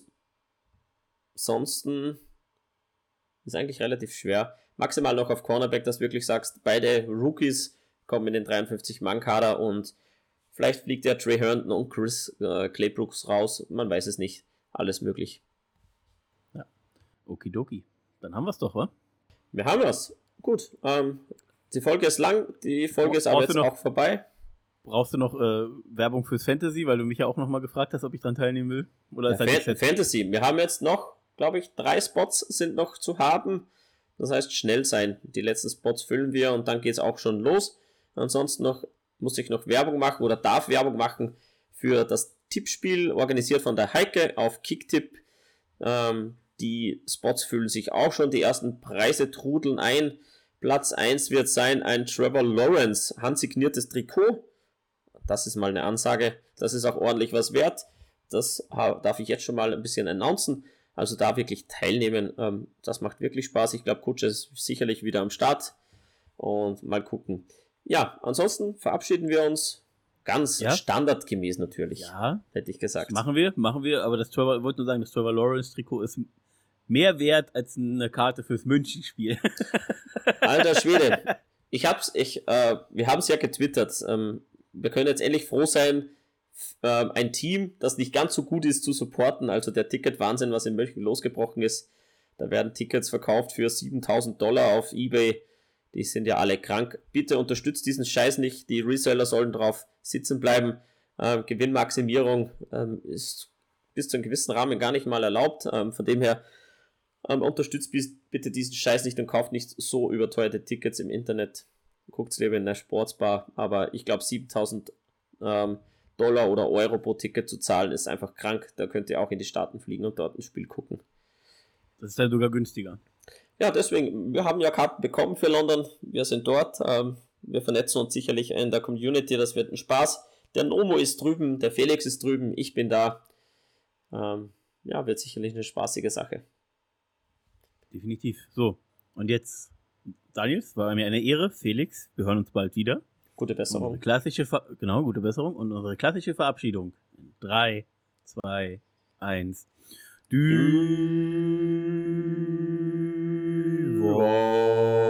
ansonsten ist eigentlich relativ schwer. Maximal noch auf Cornerback, dass du wirklich sagst, beide Rookies kommen in den 53-Mann-Kader und vielleicht fliegt der Trey Herndon und Chris Claybrooks raus. Man weiß es nicht. Alles möglich. Ja. Okidoki. Dann haben wir es doch, wa? Wir haben es. Gut. Die Folge ist lang. Die Folge ist aber jetzt auch vorbei. Brauchst du noch Werbung fürs Fantasy, weil du mich ja auch nochmal gefragt hast, ob ich dran teilnehmen will? Oder ja, Fantasy. Wir haben jetzt noch, glaube ich, 3 Spots sind noch zu haben. Das heißt, schnell sein. Die letzten Spots füllen wir und dann geht es auch schon los. Ansonsten muss ich noch Werbung machen oder darf Werbung machen für das Tippspiel, organisiert von der Heike auf Kicktipp. Die Spots füllen sich auch schon. Die ersten Preise trudeln ein. Platz 1 wird sein ein Trevor Lawrence handsigniertes Trikot. Das ist mal eine Ansage. Das ist auch ordentlich was wert. Das darf ich jetzt schon mal ein bisschen announcen. Also da wirklich teilnehmen. Das macht wirklich Spaß. Ich glaube, Kutsche ist sicherlich wieder am Start. Und mal gucken. Ja, ansonsten verabschieden wir uns ganz standardgemäß natürlich. Ja, hätte ich gesagt. Machen wir. Aber ich wollte nur sagen, das Trevor Lawrence Trikot ist mehr wert als eine Karte fürs München-Spiel. Alter Schwede. Wir haben es ja getwittert. Wir können jetzt endlich froh sein, ein Team, das nicht ganz so gut ist, zu supporten. Also der Ticket-Wahnsinn, was in München losgebrochen ist. Da werden Tickets verkauft für $7.000 auf eBay. Die sind ja alle krank. Bitte unterstützt diesen Scheiß nicht. Die Reseller sollen drauf sitzen bleiben. Gewinnmaximierung ist bis zu einem gewissen Rahmen gar nicht mal erlaubt. Von dem her unterstützt bitte diesen Scheiß nicht und kauft nicht so überteuerte Tickets im Internet. Guckt lieber in der Sportsbar. Aber ich glaube, $7.000 oder Euro pro Ticket zu zahlen ist einfach krank. Da könnt ihr auch in die Staaten fliegen und dort ein Spiel gucken. Das ist ja sogar günstiger. Ja, deswegen, wir haben ja Karten bekommen für London. Wir sind dort. Wir vernetzen uns sicherlich in der Community. Das wird ein Spaß. Der Nomo ist drüben, der Felix ist drüben, ich bin da. Wird sicherlich eine spaßige Sache. Definitiv. So, und jetzt, Daniel, es war mir eine Ehre. Felix, wir hören uns bald wieder. Gute Besserung. Gute Besserung. Und unsere klassische Verabschiedung. 3, 2, 1. Du.